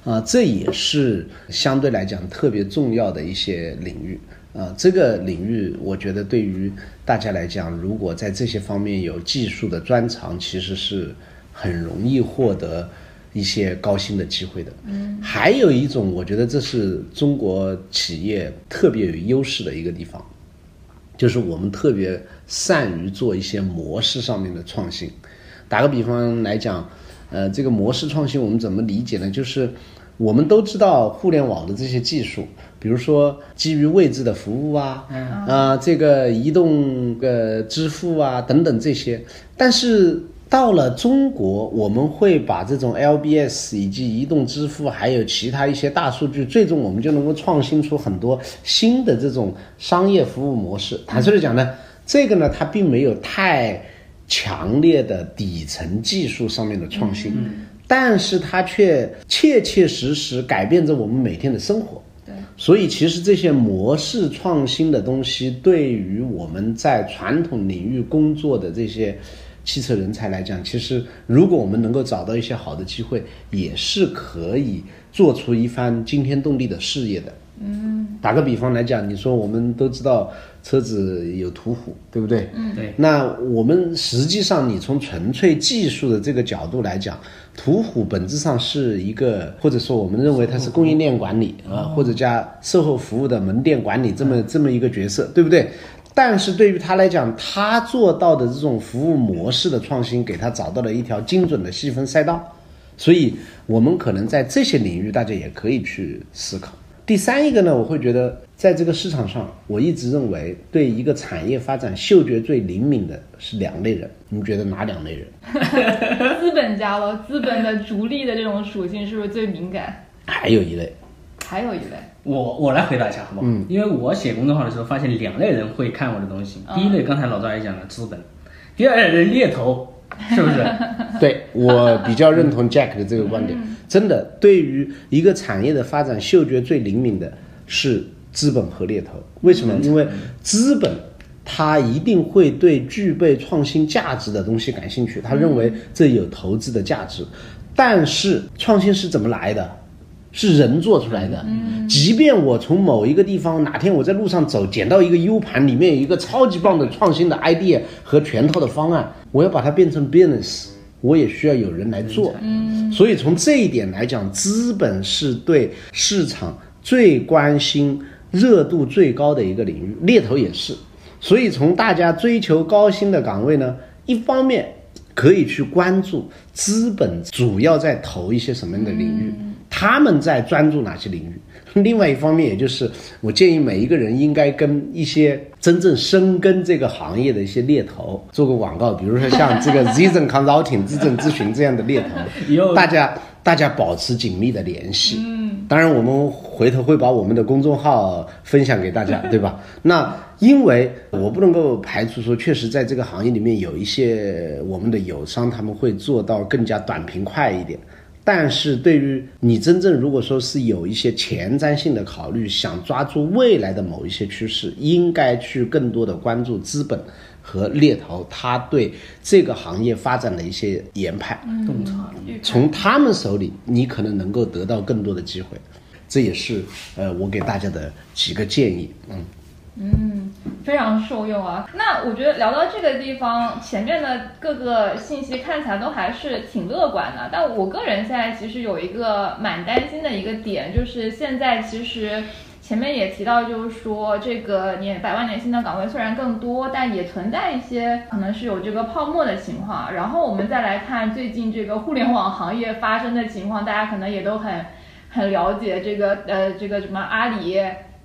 这也是相对来讲特别重要的一些领域。这个领域我觉得对于大家来讲，如果在这些方面有技术的专长，其实是很容易获得一些高薪的机会的。还有一种，我觉得这是中国企业特别有优势的一个地方，就是我们特别善于做一些模式上面的创新。打个比方来讲，这个模式创新我们怎么理解呢？就是我们都知道互联网的这些技术，比如说基于位置的服务啊，这个移动支付啊等等这些，但是到了中国，我们会把这种 LBS 以及移动支付还有其他一些大数据，最终我们就能够创新出很多新的这种商业服务模式。坦率地讲呢，这个呢它并没有太强烈的底层技术上面的创新，但是它却切切实实改变着我们每天的生活。 对， 所以其实这些模式创新的东西，对于我们在传统领域工作的这些汽车人才来讲，其实如果我们能够找到一些好的机会，也是可以做出一番惊天动地的事业的。打个比方来讲，你说我们都知道车子有途虎，对不对？ 对。 那我们实际上，你从纯粹技术的这个角度来讲，途虎本质上是一个，或者说我们认为它是供应链管理或者加售后服务的门店管理这么一个角色，对不对？但是对于他来讲，他做到的这种服务模式的创新，给他找到了一条精准的细分赛道。所以我们可能在这些领域，大家也可以去思考。第三一个呢，我会觉得在这个市场上，我一直认为对一个产业发展嗅觉最灵敏的是两类人。你们觉得哪两类人？ 资本家咯，资本的逐利的这种属性是不是最敏感？ 还有一类， 我来回答一下好不好？因为我写公众号的时候发现两类人会看我的东西。第一类刚才老赵也讲了，资本；第二类猎头，是不是？ 对，我比较认同 Jack 的这个观点。真的，对于一个产业的发展，嗅觉最灵敏的是资本和猎头。为什么？因为资本他一定会对具备创新价值的东西感兴趣，他认为这有投资的价值。但是创新是怎么来的？是人做出来的。即便我从某一个地方哪天我在路上走，捡到一个 U 盘，里面有一个超级棒的创新的 idea 和全套的方案，我要把它变成 business， 我也需要有人来做。所以从这一点来讲，资本是对市场最关心、热度最高的一个领域，猎头也是。所以从大家追求高薪的岗位呢，一方面可以去关注资本主要在投一些什么样的领域，他们在专注哪些领域。另外一方面，也就是我建议每一个人应该跟一些真正深耕这个行业的一些猎头做个广告，比如说像这个 Zizen Consulting 资政咨询这样的猎头，大家保持紧密的联系。当然我们回头会把我们的公众号分享给大家，对吧？那因为我不能够排除说，确实在这个行业里面有一些我们的友商他们会做到更加短平快一点。但是对于你真正如果说是有一些前瞻性的考虑，想抓住未来的某一些趋势，应该去更多的关注资本和猎头他对这个行业发展的一些研判洞察， 从他们手里你可能能够得到更多的机会。这也是我给大家的几个建议。 非常受用啊。那我觉得聊到这个地方，前面的各个信息看起来都还是挺乐观的，但我个人现在其实有一个蛮担心的一个点，就是现在其实前面也提到，就是说这个100万年薪的岗位虽然更多，但也存在一些可能是有这个泡沫的情况。然后我们再来看最近这个互联网行业发生的情况，大家可能也都很了解，这个什么阿里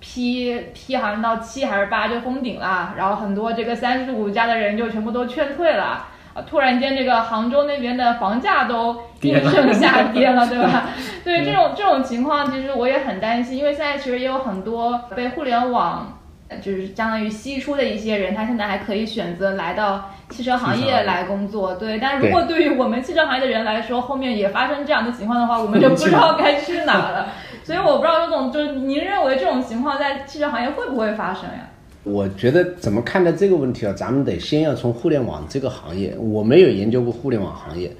P 好像到7还是8就封顶了，然后很多这个35家的人就全部都劝退了。突然间这个杭州那边的房价都应声下跌了，对吧？对，这种情况其实我也很担心，因为现在其实也有很多被互联网就是相当于吸出的一些人，他现在还可以选择来到汽车行业来工作。对，但如果对于我们汽车行业的人来说，后面也发生这样的情况的话，我们就不知道该去哪了。所以我不知道就是您认为这种情况在汽车行业会不会发生呀？ 我觉得怎么看待这个问题啊？咱们得先要从互联网这个行业，我没有研究过互联网行业，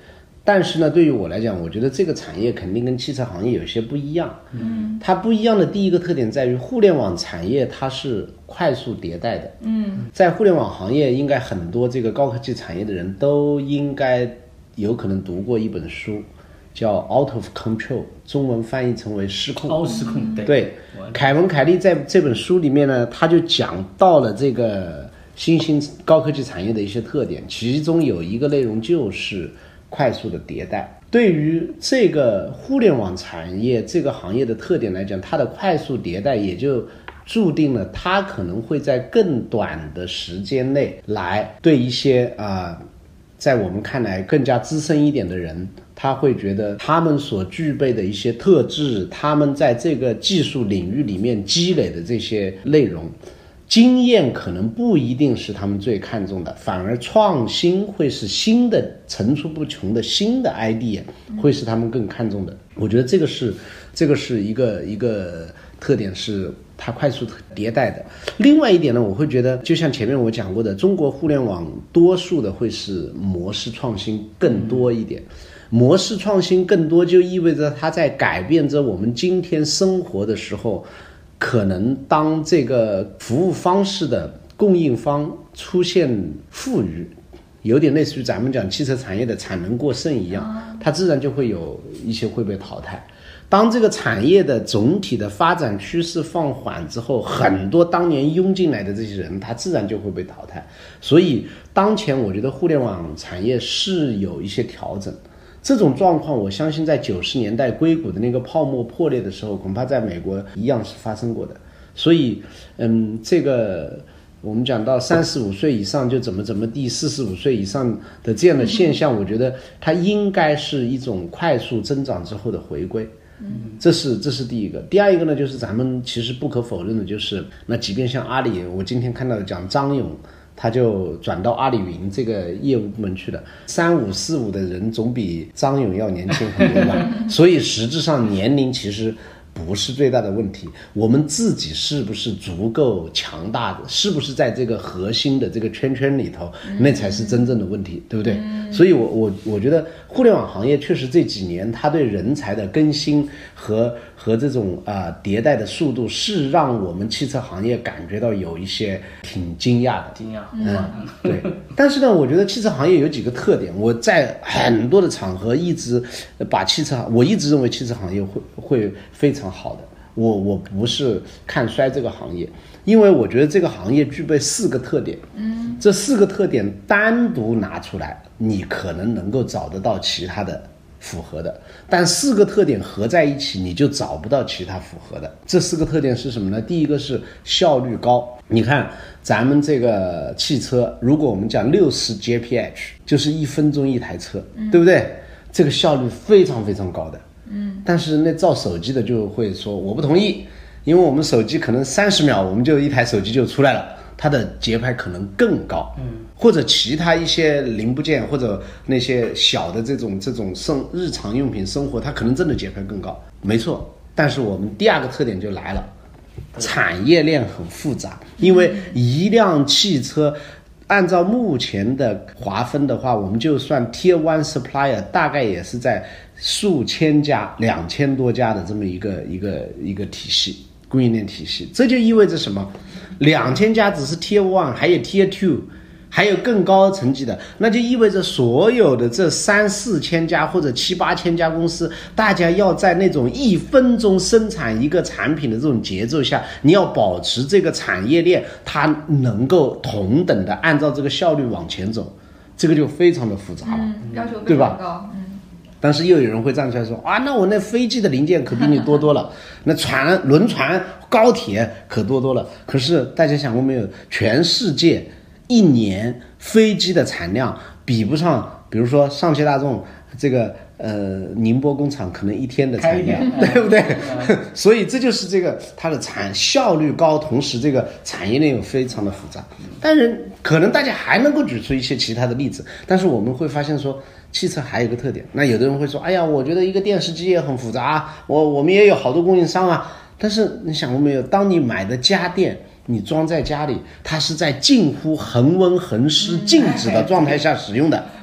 但是呢，对于我来讲，我觉得这个产业肯定跟汽车行业有些不一样。它不一样的第一个特点在于，互联网产业它是快速迭代的。在互联网行业，应该很多这个高科技产业的人都应该有可能读过一本书，叫 Out of Control， 中文翻译成为失控。 超失控， 对，凯文·凯利在这本书里面呢，他就讲到了这个新兴高科技产业的一些特点，其中有一个内容就是快速的迭代。对于这个互联网产业这个行业的特点来讲，它的快速迭代也就注定了它可能会在更短的时间内来对一些在我们看来更加资深一点的人，他会觉得他们所具备的一些特质，他们在这个技术领域里面积累的这些内容经验，可能不一定是他们最看重的，反而创新会是新的层出不穷的新的 idea 会是他们更看重的。我觉得这个是一个特点，是它快速迭代的。另外一点呢，我会觉得就像前面我讲过的，中国互联网多数的会是模式创新更多一点。模式创新更多就意味着它在改变着我们今天生活的时候，可能当这个服务方式的供应方出现富余，有点类似于咱们讲汽车产业的产能过剩一样，它自然就会有一些会被淘汰。当这个产业的总体的发展趋势放缓之后，很多当年涌进来的这些人，他自然就会被淘汰。所以当前我觉得互联网产业是有一些调整。这种状况我相信在90年代硅谷的那个泡沫破裂的时候，恐怕在美国一样是发生过的。所以这个我们讲到35岁以上就怎么地，45岁以上的这样的现象，我觉得它应该是一种快速增长之后的回归。这是第一个。第二一个呢，就是咱们其实不可否认的，就是那即便像阿里，我今天看到讲张勇他就转到阿里云这个业务部门去了，35、45的人总比张勇要年轻很多吧。所以实质上年龄其实不是最大的问题，我们自己是不是足够强大的，是不是在这个核心的这个圈里头，那才是真正的问题，对不对？所以我觉得互联网行业确实这几年它对人才的更新和这种迭代的速度，是让我们汽车行业感觉到有一些挺惊讶的。对。但是呢，我觉得汽车行业有几个特点，我在很多的场合一直我一直认为汽车行业会非常好的。我不是看衰这个行业，因为我觉得这个行业具备4个特点。这4个特点单独拿出来，你可能能够找得到其他的符合的，但4个特点合在一起，你就找不到其他符合的。这4个特点是什么呢？第一个是效率高。你看咱们这个汽车，如果我们讲60 kph， 就是1分钟一台车，对不对？这个效率非常非常高的。但是那造手机的就会说我不同意，因为我们手机可能30秒我们就一台手机就出来了，它的节拍可能更高。或者其他一些零部件或者那些小的这种日常用品生活，它可能真的节拍更高，没错。但是我们第2个特点就来了，产业链很复杂。因为一辆汽车按照目前的划分的话，我们就算 Tier 1 supplier 大概也是在数千家2000多家的这么一个体系，供应链体系。这就意味着什么？2000家只是 Tier 1， 还有 Tier 2，还有更高层级的，那就意味着所有的这3、4千家或者7、8千家公司，大家要在那种1分钟生产一个产品的这种节奏下，你要保持这个产业链它能够同等的按照这个效率往前走，这个就非常的复杂了， 要求对吧？ 高。 但是又有人会站出来说那我那飞机的零件可比你多了，那轮船、高铁可多了。可是大家想过没有，全世界一年飞机的产量比不上，比如说上汽大众这个宁波工厂可能1天的产量，对不对？所以这就是这个它的效率高，同时这个产业链又非常的复杂。当然可能大家还能够举出一些其他的例子，但是我们会发现说汽车还有一个特点。那有的人会说，哎呀，我觉得一个电视机也很复杂，我们也有好多供应商啊。但是你想过没有，当你买的家电你装在家里，它是在近乎恒温恒湿静止的状态下使用的，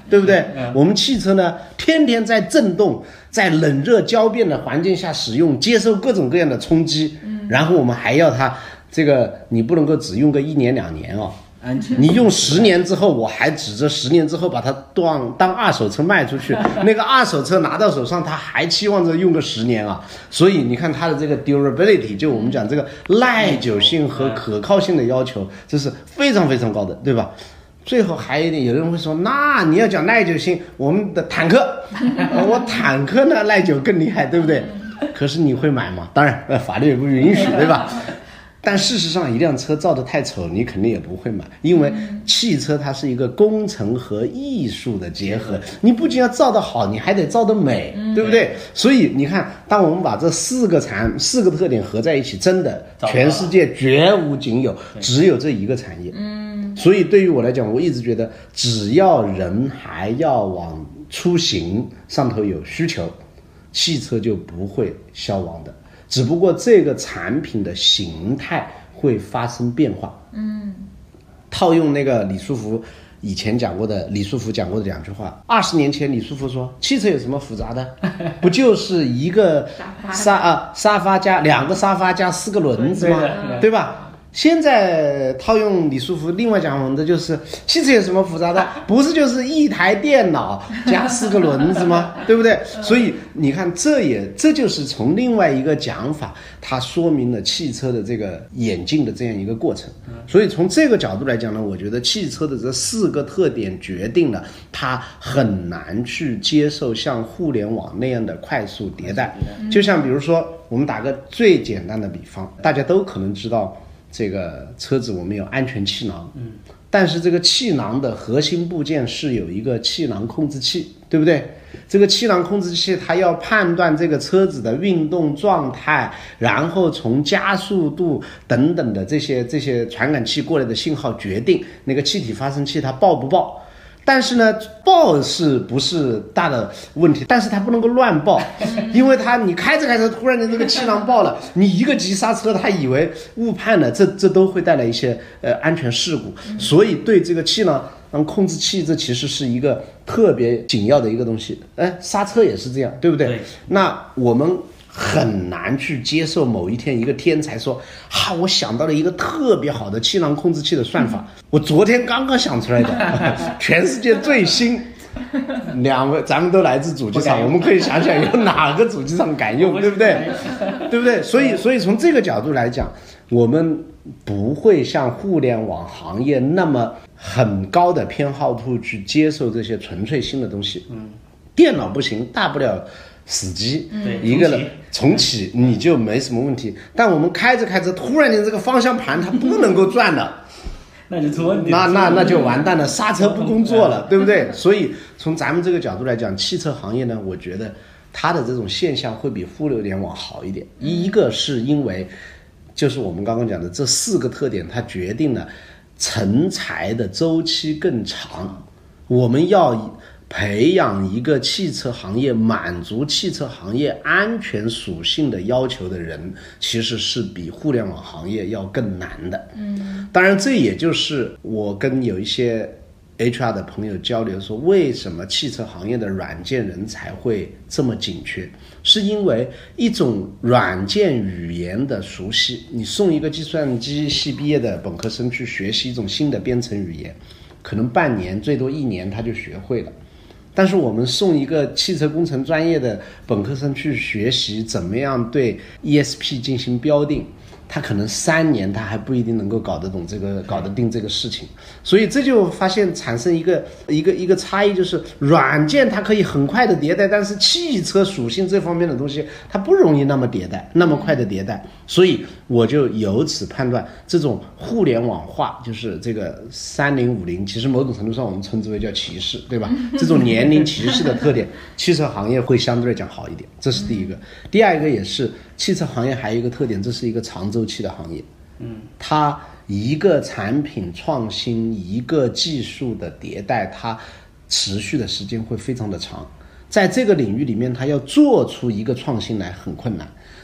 对不对？我们汽车呢，天天在震动，在冷热交变的环境下使用，接受各种各样的冲击，然后我们还要它这个，你不能够只用个1年2年哦。 安全， 你用10年之后，我还指着10年之后把它当二手车卖出去，那个二手车拿到手上，他还期望着用个10年啊。所以你看它的这个 durability， 就我们讲这个耐久性和可靠性的要求，这是非常非常高的，对吧？最后还有一点，有人会说，那你要讲耐久性，我们的坦克，我坦克呢耐久更厉害，对不对？可是你会买吗？当然，法律也不允许，对吧？但事实上，一辆车造得太丑，你肯定也不会买，因为汽车它是一个工程和艺术的结合，你不仅要造得好，你还得造得美，对不对？所以你看，当我们把这4个特点合在一起，真的全世界绝无仅有，只有这一个产业。所以对于我来讲，我一直觉得，只要人还要往出行上头有需求，汽车就不会消亡的。只不过这个产品的形态会发生变化。套用那个李书福以前讲过的，李书福讲过的2句话。20年前，李书福说，汽车有什么复杂的？不就是一个沙发加2个沙发加4个轮子吗？对吧？现在套用李书福另外讲的就是，汽车有什么复杂的？不是就是一台电脑加4个轮子吗？对不对？所以你看，这就是从另外一个讲法，它说明了汽车的这个演进的这样一个过程。所以从这个角度来讲呢，我觉得汽车的这4个特点决定了它很难去接受像互联网那样的快速迭代。就像比如说，我们打个最简单的比方，大家都可能知道。这个车子我们有安全气囊，但是这个气囊的核心部件是有一个气囊控制器，对不对？这个气囊控制器它要判断这个车子的运动状态，然后从加速度等等的这些传感器过来的信号决定那个气体发生器它爆不爆。但是呢，爆是不是大的问题？但是它不能够乱爆，因为你开着开着，突然间这个气囊爆了，你一个急刹车，他以为误判了，这都会带来一些安全事故。所以对这个气囊控制器，这其实是一个特别紧要的一个东西。刹车也是这样，对不对？对。那我们很难去接受某一天一个天才说，我想到了一个特别好的气囊控制器的算法，我昨天刚刚想出来的，全世界最新。2位咱们都来自主机厂，我们可以想想有哪个主机厂敢用，对不对？对不对？所以从这个角度来讲，我们不会像互联网行业那么很高的偏好度去接受这些纯粹新的东西。电脑不行，大不了死机，一个人重启你就没什么问题。但我们开着开着，突然间这个方向盘它不能够转了， 那就出问题， 那就完蛋了，刹车不工作了，对不对？所以从咱们这个角度来讲，汽车行业呢，我觉得它的这种现象会比互联网好一点。一个是因为就是我们刚刚讲的这4个特点，它决定了成材的周期更长。我们要培养一个汽车行业满足汽车行业安全属性的要求的人，其实是比互联网行业要更难的。当然这也就是我跟有一些 HR 的朋友交流说，为什么汽车行业的软件人才会这么紧缺，是因为一种软件语言的熟悉。你送一个计算机系毕业的本科生去学习一种新的编程语言，可能半年最多1年他就学会了。但是我们送一个汽车工程专业的本科生去学习怎么样对 ESP 进行标定，他可能3年他还不一定能够搞得定这个事情。所以这就发现产生一个差异，就是软件它可以很快的迭代，但是汽车属性这方面的东西它不容易那么快的迭代。所以我就由此判断，这种互联网化，就是这个3050，其实某种程度上我们称之为叫歧视，对吧？这种年龄歧视的特点，汽车行业会相对来讲好一点，这是第一个。第二个也是汽车行业还有一个特点，这是一个长周期的行业。它一个产品创新，一个技术的迭代，它持续的时间会非常的长。在这个领域里面，它要做出一个创新来很困难。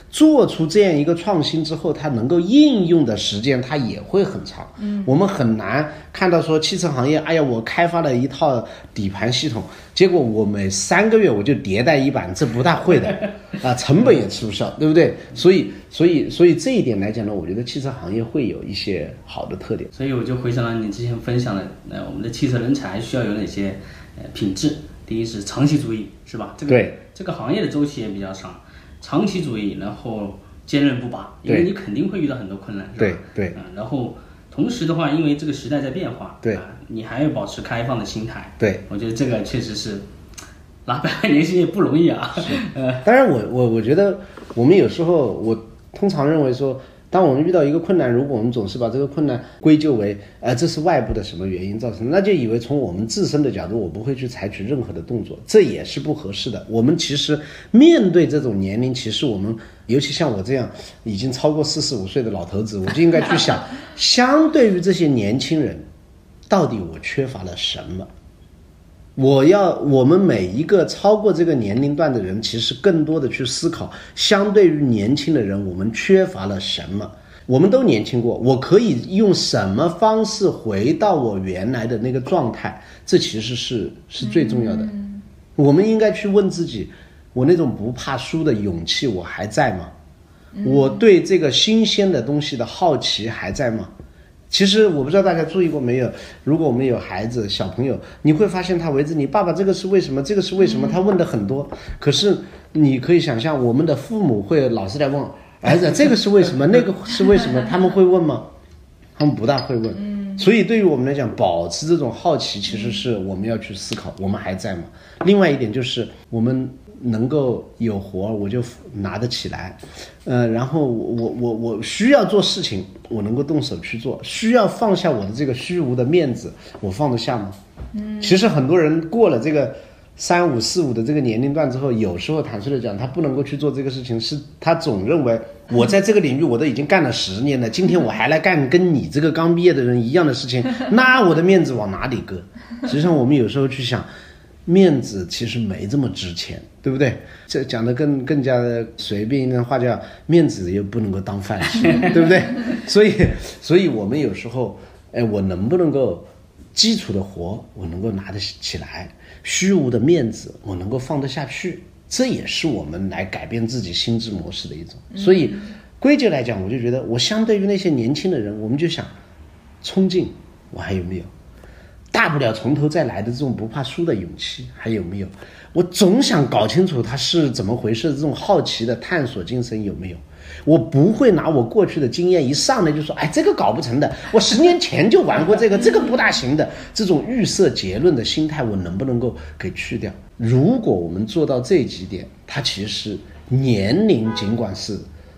做出这样一个创新之后，它能够应用的时间它也会很长。我们很难看到说汽车行业，哎呀，我开发了一套底盘系统，结果我每3个月我就迭代一版，这不大会的啊，成本也吃不消，对不对？所以这一点来讲呢，我觉得汽车行业会有一些好的特点。 所以我就回想到你之前分享的，我们的汽车人才需要有哪些品质？第一是长期主义，是吧？这个行业的周期也比较长。长期主义，然后坚韧不拔，因为你肯定会遇到很多困难，是吧？ 对， 然后同时的话，因为这个时代在变化， 对， 你还要保持开放的心态， 对， 我觉得这个确实是拿100万年薪也不容易啊。 当然我觉得我们有时候我通常认为说，当我们遇到一个困难，如果我们总是把这个困难归咎为这是外部的什么原因造成的，那就以为从我们自身的角度，我不会去采取任何的动作，这也是不合适的。我们其实面对这种年龄，其实我们尤其像我这样已经超过45岁的老头子，我就应该去想，相对于这些年轻人，到底我缺乏了什么？我们每一个超过这个年龄段的人，其实更多的去思考，相对于年轻的人，我们缺乏了什么？我们都年轻过，我可以用什么方式回到我原来的那个状态？这其实是最重要的。我们应该去问自己，我那种不怕输的勇气我还在吗？我对这个新鲜的东西的好奇还在吗？其实我不知道大家注意过没有，如果我们有孩子小朋友，你会发现他围着你，爸爸这个是为什么，这个是为什么，他问的很多。可是你可以想象，我们的父母会老是来问儿子这个是为什么，那个是为什么，他们会问吗？他们不大会问。所以对于我们来讲，保持这种好奇其实是我们要去思考我们还在吗。另外一点就是我们能够有活我就拿得起来，然后我需要做事情，我能够动手去做，需要放下我的这个虚无的面子，我放得下吗？其实很多人过了这个35、45的这个年龄段之后，有时候坦率的讲，他不能够去做这个事情，是他总认为我在这个领域我都已经干了10年了，今天我还来干跟你这个刚毕业的人一样的事情，那我的面子往哪里搁？实际上我们有时候去想，面子其实没这么值钱，对不对？这讲的更加的随便一点的话叫面子又不能够当饭吃，对不对？所以我们有时候，我能不能够基础的活我能够拿得起来，虚无的面子我能够放得下去，这也是我们来改变自己心智模式的一种。所以归结来讲，我就觉得我相对于那些年轻的人，我们就想冲劲我还有没有，大不了从头再来的这种不怕输的勇气还有没有，我总想搞清楚它是怎么回事的这种好奇的探索精神有没有。我不会拿我过去的经验一上来就说，这个搞不成的，我10年前就玩过这个不大行的，这种预设结论的心态我能不能够给去掉？如果我们做到这几点，它其实年龄尽管是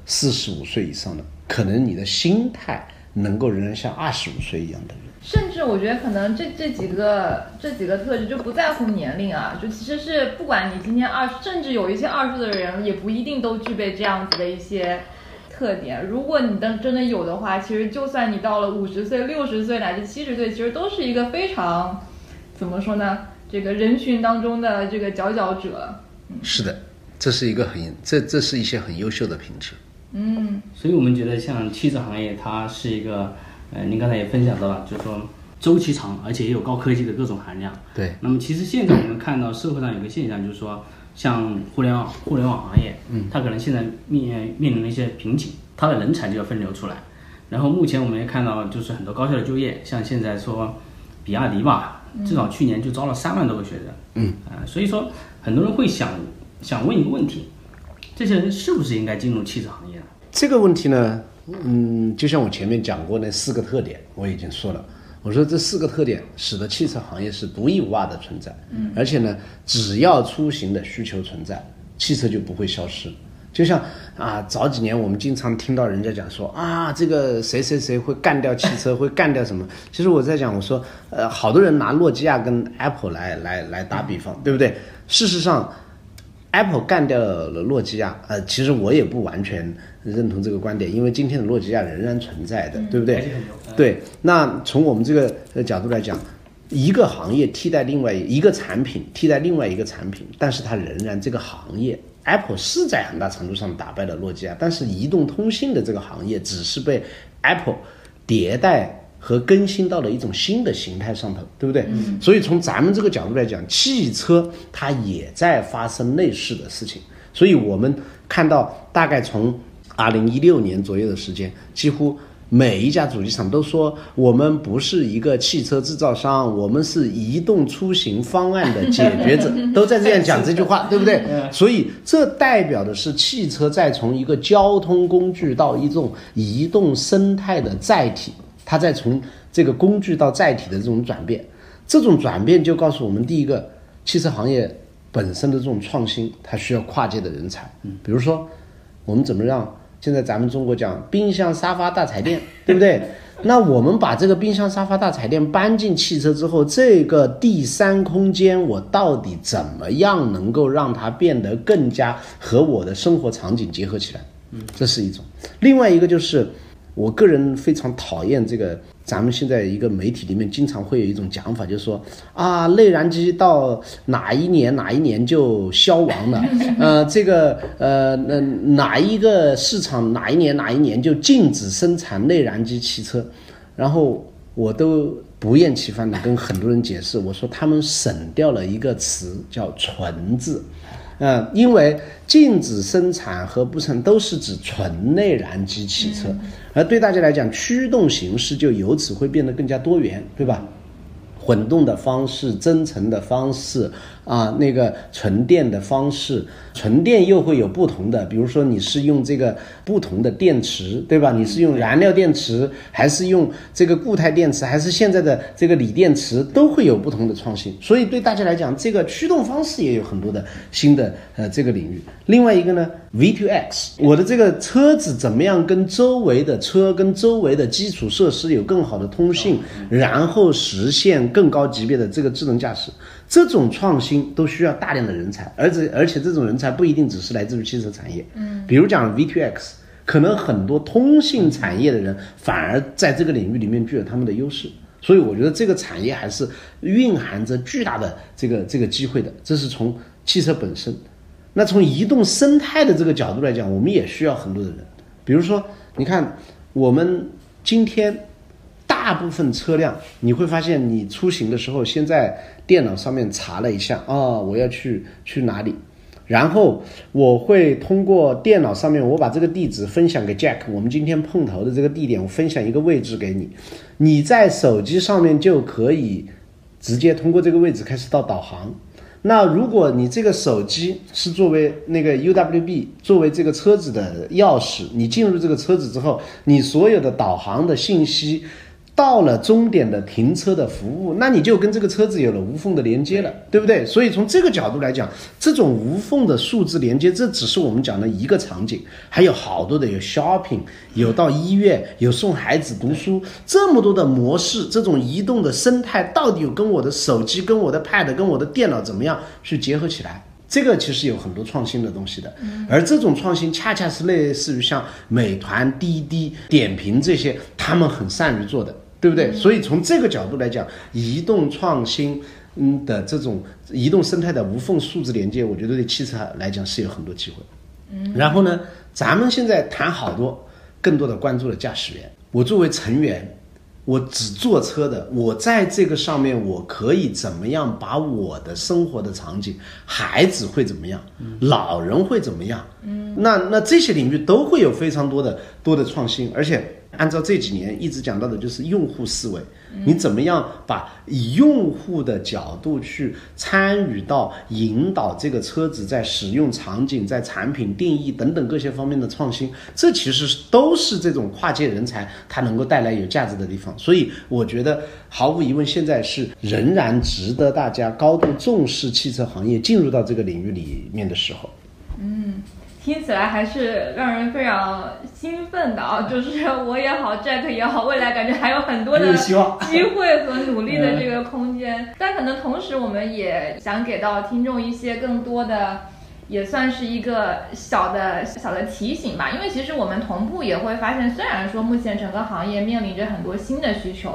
45岁以上的，可能你的心态能够仍然像25岁一样的人。 甚至我觉得可能这几个特质就不在乎年龄啊，就其实是不管你今天甚至有一些20岁的人也不一定都具备这样子的一些特点。如果你真的有的话，其实就算你到了50岁、60岁乃至70岁，其实都是一个非常怎么说呢？这个人群当中的这个佼佼者。是的， 这是一个这是一些很优秀的品质。 所以我们觉得像汽车行业，它是一个。您刚才也分享到了，就是说周期长，而且也有高科技的各种含量。 对。 那么其实现在我们看到社会上有个现象，就是说像互联网行业，它可能现在面临了一些瓶颈，它的人才就要分流出来。然后目前我们也看到，就是很多高校的就业，像现在说比亚迪吧，至少去年就招了3万多个学生。所以说很多人会想问一个问题，这些人是不是应该进入汽车行业呢？ 这个问题呢？就像我前面讲过那4个特点，我已经说了。我说这4个特点使得汽车行业是独一无二的存在，而且呢，只要出行的需求存在，汽车就不会消失。就像早几年我们经常听到人家讲说这个谁谁谁会干掉汽车，会干掉什么。其实我在讲，我说好多人拿诺基亚跟 Apple 来打比方，对不对？事实上Apple 干掉了诺基亚，其实我也不完全认同这个观点，因为今天的诺基亚仍然存在的，对不对？对。那从我们这个角度来讲，一个行业替代另外一个产品，替代另外一个产品，但是它仍然这个行业 Apple 是在很大程度上打败了诺基亚，但是移动通信的这个行业只是被 Apple 迭代和更新到了一种新的形态上头，对不对？所以从咱们这个角度来讲，汽车它也在发生类似的事情。所以我们看到大概从2016年左右的时间，几乎每一家主机厂都说我们不是一个汽车制造商，我们是移动出行方案的解决者，都在这样讲这句话，对不对？所以这代表的是汽车在从一个交通工具到一种移动生态的载体，它在从这个工具到载体的这种转变，这种转变就告诉我们，第一个，汽车行业本身的这种创新，它需要跨界的人才。比如说我们怎么让现在咱们中国讲冰箱沙发大彩电，对不对？那我们把这个冰箱沙发大彩电搬进汽车之后，这个第三空间我到底怎么样能够让它变得更加和我的生活场景结合起来？这是一种。另外一个就是我个人非常讨厌这个，咱们现在一个媒体里面经常会有一种讲法，就是说啊，内燃机到哪一年就消亡了，这个哪一个市场哪一年就禁止生产内燃机汽车，然后我都不厌其烦的跟很多人解释，我说他们省掉了一个词叫纯字。因为禁止生产和不生都是指纯内燃机汽车，而对大家来讲，驱动形式就由此会变得更加多元，对吧？混动的方式、增程的方式那个纯电的方式，纯电又会有不同的，比如说你是用这个不同的电池，对吧？你是用燃料电池，还是用这个固态电池，还是现在的这个锂电池，都会有不同的创新。所以对大家来讲，这个驱动方式也有很多的新的这个领域。另外一个呢 V2X， 我的这个车子怎么样跟周围的车跟周围的基础设施有更好的通信，然后实现更高级别的这个智能驾驶，这种创新都需要大量的人才，而且这种人才不一定只是来自于汽车产业。比如讲 V2X， 可能很多通信产业的人反而在这个领域里面具有他们的优势。所以我觉得这个产业还是蕴含着巨大的这个机会的，这是从汽车本身。那从移动生态的这个角度来讲，我们也需要很多的人。比如说你看我们今天大部分车辆，你会发现你出行的时候先在电脑上面查了一下我要去哪里，然后我会通过电脑上面我把这个地址分享给 Jack， 我们今天碰头的这个地点我分享一个位置给你，你在手机上面就可以直接通过这个位置开始到导航。那如果你这个手机是作为那个 UWB 作为这个车子的钥匙，你进入这个车子之后，你所有的导航的信息到了终点的停车的服务，那你就跟这个车子有了无缝的连接了，对不对？所以从这个角度来讲，这种无缝的数字连接，这只是我们讲的一个场景，还有好多的，有 shopping， 有到医院，有送孩子读书，这么多的模式，这种移动的生态到底有跟我的手机、跟我的 pad、跟我的电脑怎么样去结合起来？这个其实有很多创新的东西的，而这种创新恰恰是类似于像美团、滴滴、点评这些，他们很善于做的，对不对？所以从这个角度来讲，移动创新的这种移动生态的无缝数字连接，我觉得对汽车来讲是有很多机会。然后呢，咱们现在谈好多更多的关注了驾驶员。我作为成员，我只坐车的，我在这个上面我可以怎么样把我的生活的场景，孩子会怎么样，老人会怎么样，那这些领域都会有非常多的创新。而且按照这几年一直讲到的就是用户思维，你怎么样把以用户的角度去参与到引导这个车子在使用场景、在产品定义等等各些方面的创新，这其实都是这种跨界人才它能够带来有价值的地方。所以我觉得毫无疑问，现在是仍然值得大家高度重视汽车行业进入到这个领域里面的时候。 听起来还是让人非常兴奋的就是我也好 Jack 也好，未来感觉还有很多的机会和努力的这个空间但可能同时我们也想给到听众一些更多的，也算是一个小的提醒吧。因为其实我们同步也会发现，虽然说目前整个行业面临着很多新的需求，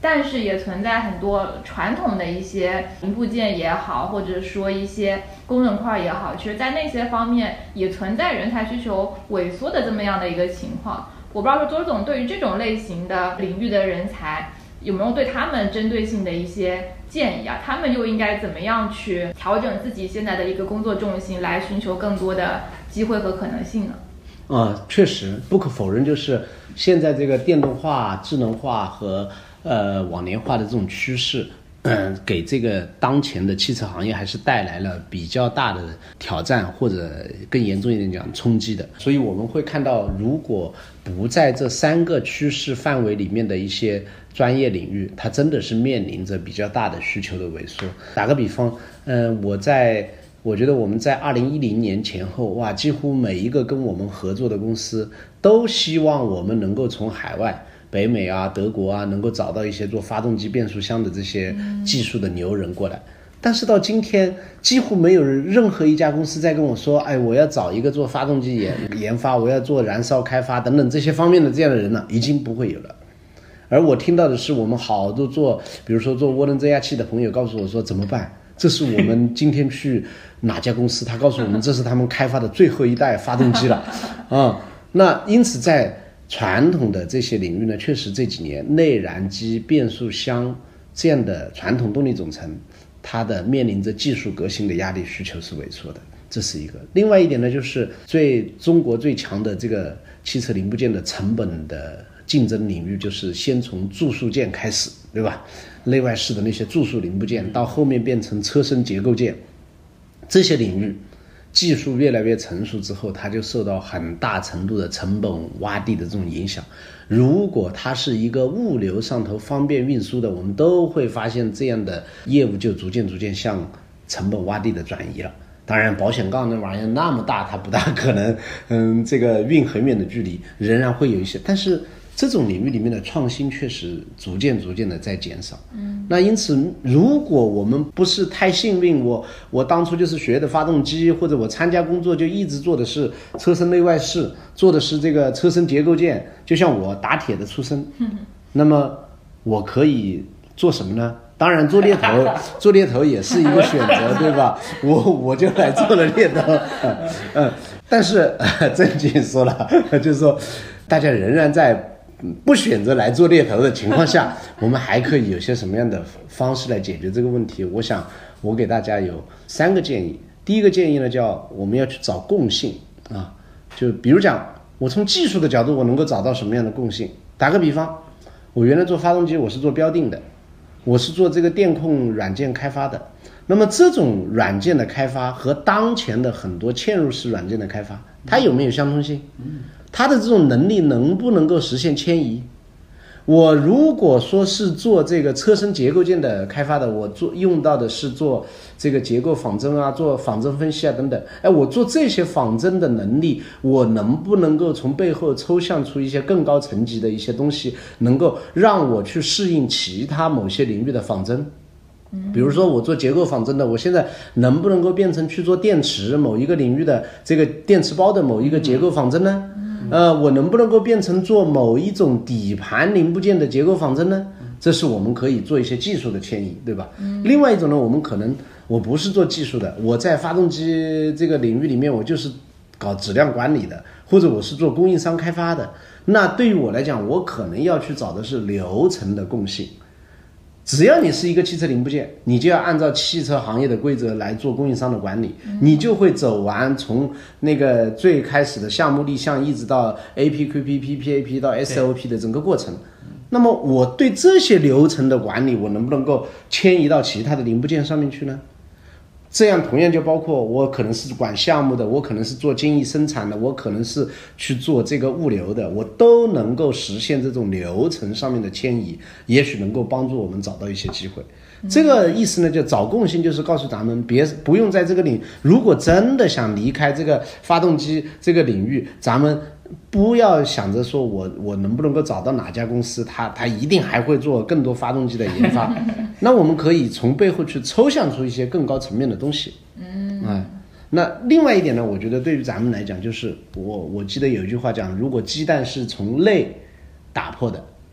但是也存在很多传统的一些零部件也好，或者说一些功能块也好，其实在那些方面也存在人才需求萎缩的这么样的一个情况。我不知道说周总对于这种类型的领域的人才有没有对他们针对性的一些建议啊？他们又应该怎么样去调整自己现在的一个工作重心，来寻求更多的机会和可能性呢？ 确实不可否认，就是现在这个电动化、智能化和网联化的这种趋势，给这个当前的汽车行业还是带来了比较大的挑战，或者更严重一点讲冲击的。所以我们会看到，如果不在这3个趋势范围里面的一些专业领域，它真的是面临着比较大的需求的萎缩。打个比方，我觉得我们在2010年前后，哇，几乎每一个跟我们合作的公司都希望我们能够从海外北美啊、德国啊，能够找到一些做发动机、变速箱的这些技术的牛人过来。但是到今天，几乎没有任何一家公司在跟我说，我要找一个做发动机研发，我要做燃烧开发等等这些方面的这样的人呢，已经不会有了。而我听到的是，我们好多比如说做涡轮增压器的朋友告诉我说，怎么办？这是我们今天去哪家公司，他告诉我们这是他们开发的最后一代发动机了那因此在传统的这些领域呢，确实这几年内燃机、变速箱这样的传统动力总成，它的面临着技术革新的压力，需求是萎缩的，这是一个。另外一点呢，就是中国最强的这个汽车零部件的成本的竞争领域，就是先从注塑件开始，对吧？内外饰的那些注塑零部件，到后面变成车身结构件，这些领域技术越来越成熟之后，它就受到很大程度的成本洼地的这种影响。如果它是一个物流上头方便运输的，我们都会发现这样的业务就逐渐向成本洼地的转移了。当然保险杠那玩意儿那么大，它不大可能这个运很远的距离，仍然会有一些，但是这种领域里面的创新确实逐渐的在减少。那因此如果我们不是太幸运，我当初就是学的发动机，或者我参加工作就一直做的是车身内外饰，做的是这个车身结构件，就像我打铁的出身，那么我可以做什么呢？当然做猎头也是一个选择，对吧？我就来做了猎头。但是正经说了，就是说大家仍然在不选择来做猎头的情况下，我们还可以有些什么样的方式来解决这个问题？我想我给大家有3个建议。第一个建议呢，叫我们要去找共性就比如讲，我从技术的角度我能够找到什么样的共性。打个比方，我原来做发动机我是做标定的，我是做这个电控软件开发的，那么这种软件的开发和当前的很多嵌入式软件的开发，它有没有相通性？它的这种能力能不能够实现迁移？我如果说是做这个车身结构件的开发的，我用到的是做这个结构仿真啊，做仿真分析啊等等，我做这些仿真的能力，我能不能够从背后抽象出一些更高层级的一些东西，能够让我去适应其他某些领域的仿真？比如说我做结构仿真的，我现在能不能够变成去做电池某一个领域的这个电池包的某一个结构仿真呢？我能不能够变成做某一种底盘零部件的结构仿真呢？这是我们可以做一些技术的迁移，对吧？另外一种呢，我不是做技术的，我在发动机这个领域里面，我就是搞质量管理的，或者我是做供应商开发的。那对于我来讲，我可能要去找的是流程的共性。只要你是一个汽车零部件，你就要按照汽车行业的规则来做供应商的管理，你就会走完从那个最开始的项目立项，一直到 APQP、PPAP 到 SOP 的整个过程。那么我对这些流程的管理，我能不能够迁移到其他的零部件上面去呢？这样同样就包括我可能是管项目的，我可能是做精益生产的，我可能是去做这个物流的，我都能够实现这种流程上面的迁移，也许能够帮助我们找到一些机会。这个意思呢，就找共性，就是告诉咱们不用在这个领域，如果真的想离开这个发动机这个领域，咱们不要想着说我能不能够找到哪家公司，他一定还会做更多发动机的研发。那我们可以从背后去抽象出一些更高层面的东西。那另外一点呢，我觉得对于咱们来讲，就是我记得有一句话讲，如果鸡蛋是从内打破的，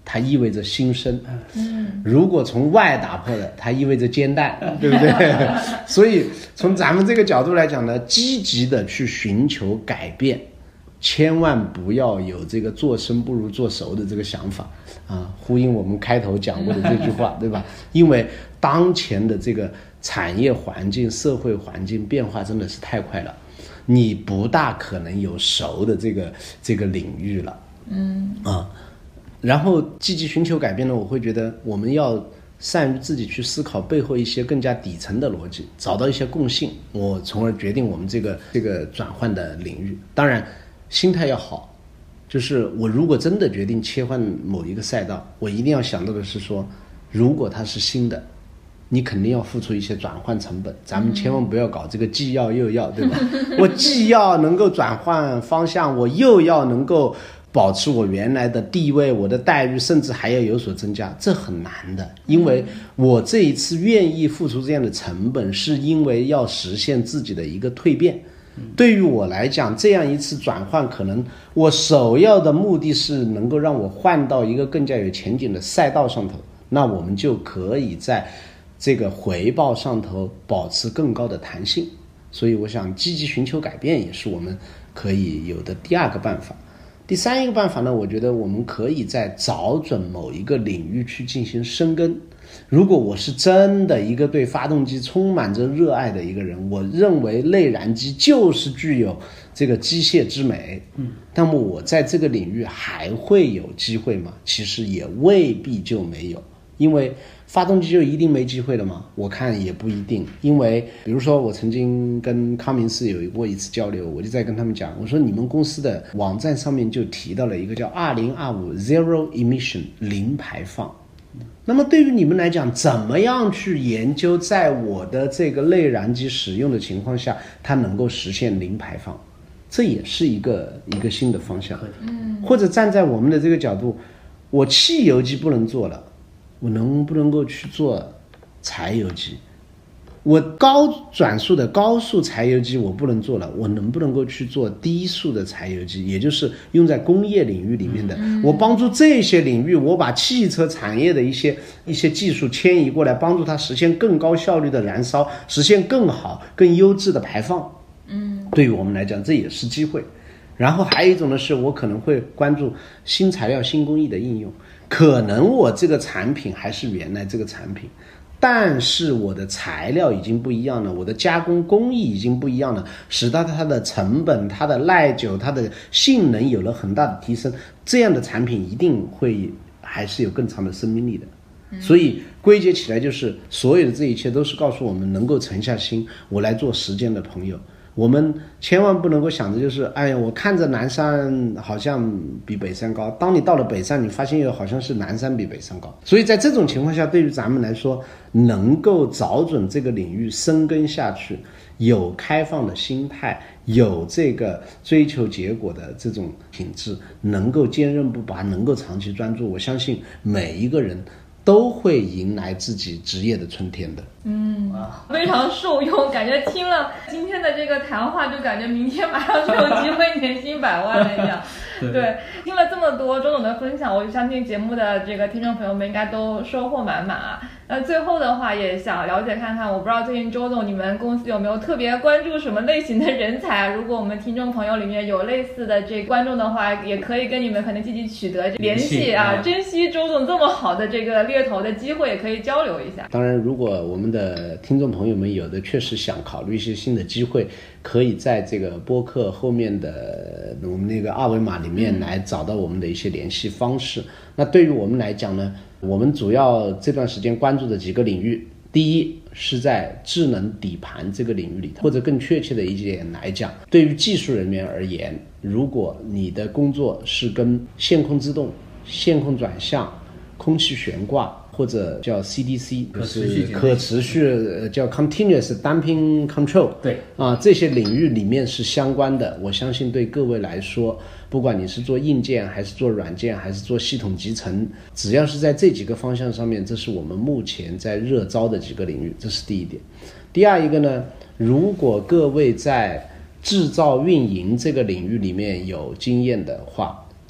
它意味着新生。如果从外打破的，它意味着煎蛋，对不对？所以从咱们这个角度来讲呢，积极的去寻求改变，千万不要有这个做生不如做熟的这个想法啊！呼应我们开头讲过的这句话，对吧？因为当前的这个产业环境、社会环境变化真的是太快了，你不大可能有熟的这个领域了。然后积极寻求改变呢，我会觉得我们要善于自己去思考背后一些更加底层的逻辑，找到一些共性，我从而决定我们这个转换的领域。当然心态要好，就是我如果真的决定切换某一个赛道，我一定要想到的是说，如果它是新的，你肯定要付出一些转换成本，咱们千万不要搞这个既要又要，对吧？我既要能够转换方向，我又要能够保持我原来的地位，我的待遇甚至还要有所增加，这很难的。因为我这一次愿意付出这样的成本，是因为要实现自己的一个蜕变。对于我来讲，这样一次转换，可能我首要的目的是能够让我换到一个更加有前景的赛道上头，那我们就可以在这个回报上头保持更高的弹性。所以我想积极寻求改变也是我们可以有的第二个办法。第三一个办法呢，我觉得我们可以在找准某一个领域去进行深耕。如果我是真的一个对发动机充满着热爱的一个人，我认为内燃机就是具有这个机械之美。那么我在这个领域还会有机会吗？其实也未必就没有。因为发动机就一定没机会了吗？我看也不一定。因为比如说我曾经跟康明士有过一次交流，我就在跟他们讲，我说你们公司的网站上面就提到了一个叫2025 Zero Emission 零排放。那么对于你们来讲，怎么样去研究在我的这个内燃机使用的情况下，它能够实现零排放？这也是一个新的方向。或者站在我们的这个角度，我汽油机不能做了，我能不能够去做柴油机？我高转速的高速柴油机我不能做了，我能不能够去做低速的柴油机，也就是用在工业领域里面的。我帮助这些领域，我把汽车产业的一些技术迁移过来，帮助它实现更高效率的燃烧，实现更好更优质的排放。对于我们来讲这也是机会。然后还有一种呢，是我可能会关注新材料新工艺的应用。可能我这个产品还是原来这个产品，但是我的材料已经不一样了，我的加工工艺已经不一样了，使得它的成本、它的耐久、它的性能有了很大的提升，这样的产品一定会还是有更长的生命力的。所以归结起来就是所有的这一切都是告诉我们，能够沉下心我来做时间的朋友，我们千万不能够想着就是哎呀，我看着南山好像比北山高，当你到了北山，你发现又好像是南山比北山高。所以在这种情况下，对于咱们来说，能够找准这个领域深耕下去，有开放的心态，有这个追求结果的这种品质，能够坚韧不拔，能够长期专注，我相信每一个人都会迎来自己职业的春天的。 非常受用，感觉听了今天的这个谈话，就感觉明天马上就有机会年薪100万了一样。对，听了这么多周总的分享，我相信节目的这个听众朋友们应该都收获满满啊。那最后的话也想了解看看，我不知道最近周总你们公司有没有特别关注什么类型的人才啊？如果我们听众朋友里面有类似的这个观众的话，也可以跟你们可能积极取得联系啊，珍惜周总这么好的这个猎头的机会，也可以交流一下。 当然，如果我们的听众朋友们有的确实想考虑一些新的机会，可以在这个播客后面的我们那个二维码里面来找到我们的一些联系方式。那对于我们来讲呢，我们主要这段时间关注的几个领域，第一是在智能底盘这个领域里头，或者更确切的一点来讲，对于技术人员而言，如果你的工作是跟线控制动、线控转向、空气悬挂，或者叫 CDC 就是可持续叫 Continuous Damping Control， 对这些领域里面是相关的。我相信对各位来说，不管你是做硬件还是做软件还是做系统集成，只要是在这几个方向上面，这是我们目前在热招的几个领域，这是第一点。第二一个呢，如果各位在制造运营这个领域里面有经验的话，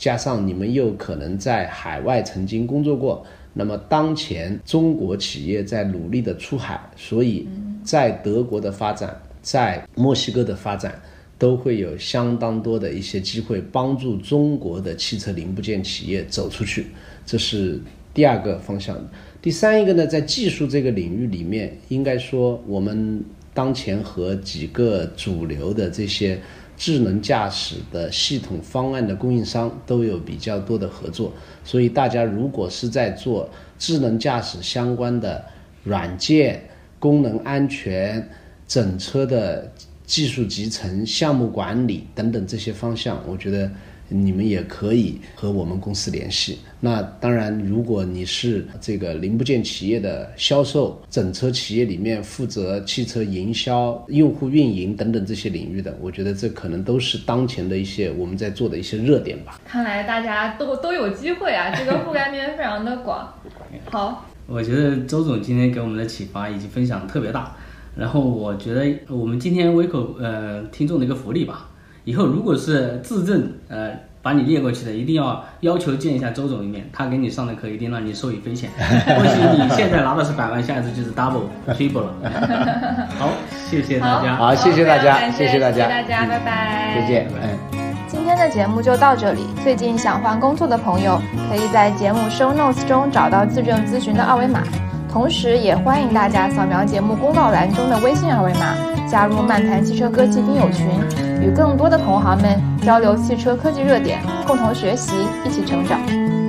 加上你们又可能在海外曾经工作过，那么当前中国企业在努力的出海，所以在德国的发展，在墨西哥的发展都会有相当多的一些机会帮助中国的汽车零部件企业走出去，这是第二个方向。第三一个呢，在技术这个领域里面，应该说我们当前和几个主流的这些智能驾驶的系统方案的供应商都有比较多的合作，所以大家如果是在做智能驾驶相关的软件、功能安全、整车的技术集成、项目管理等等这些方向，我觉得你们也可以和我们公司联系。那当然，如果你是这个零部件企业的销售、整车企业里面负责汽车营销、用户运营等等这些领域的，我觉得这可能都是当前的一些我们在做的一些热点吧。 看来大家都有机会啊，这个覆盖面非常的广。好， 我觉得周总今天给我们的启发以及分享特别大，然后我觉得我们今天微口听众的一个福利吧，以后如果是自证把你列过去的，一定要求见一下周总一面，他给你上的课一定让你受益匪浅。或许你现在拿的是100万，下一次就是 double、triple 了。好，谢谢大家。 好，谢谢大家，谢谢大家， 拜拜， 再见。 今天的节目就到这里。最近想换工作的朋友，可以在节目 show notes 中找到自证咨询的二维码，同时也欢迎大家扫描节目公告栏中的微信二维码，加入漫谈汽车科技听友群，与更多的同行们交流汽车科技热点，共同学习，一起成长。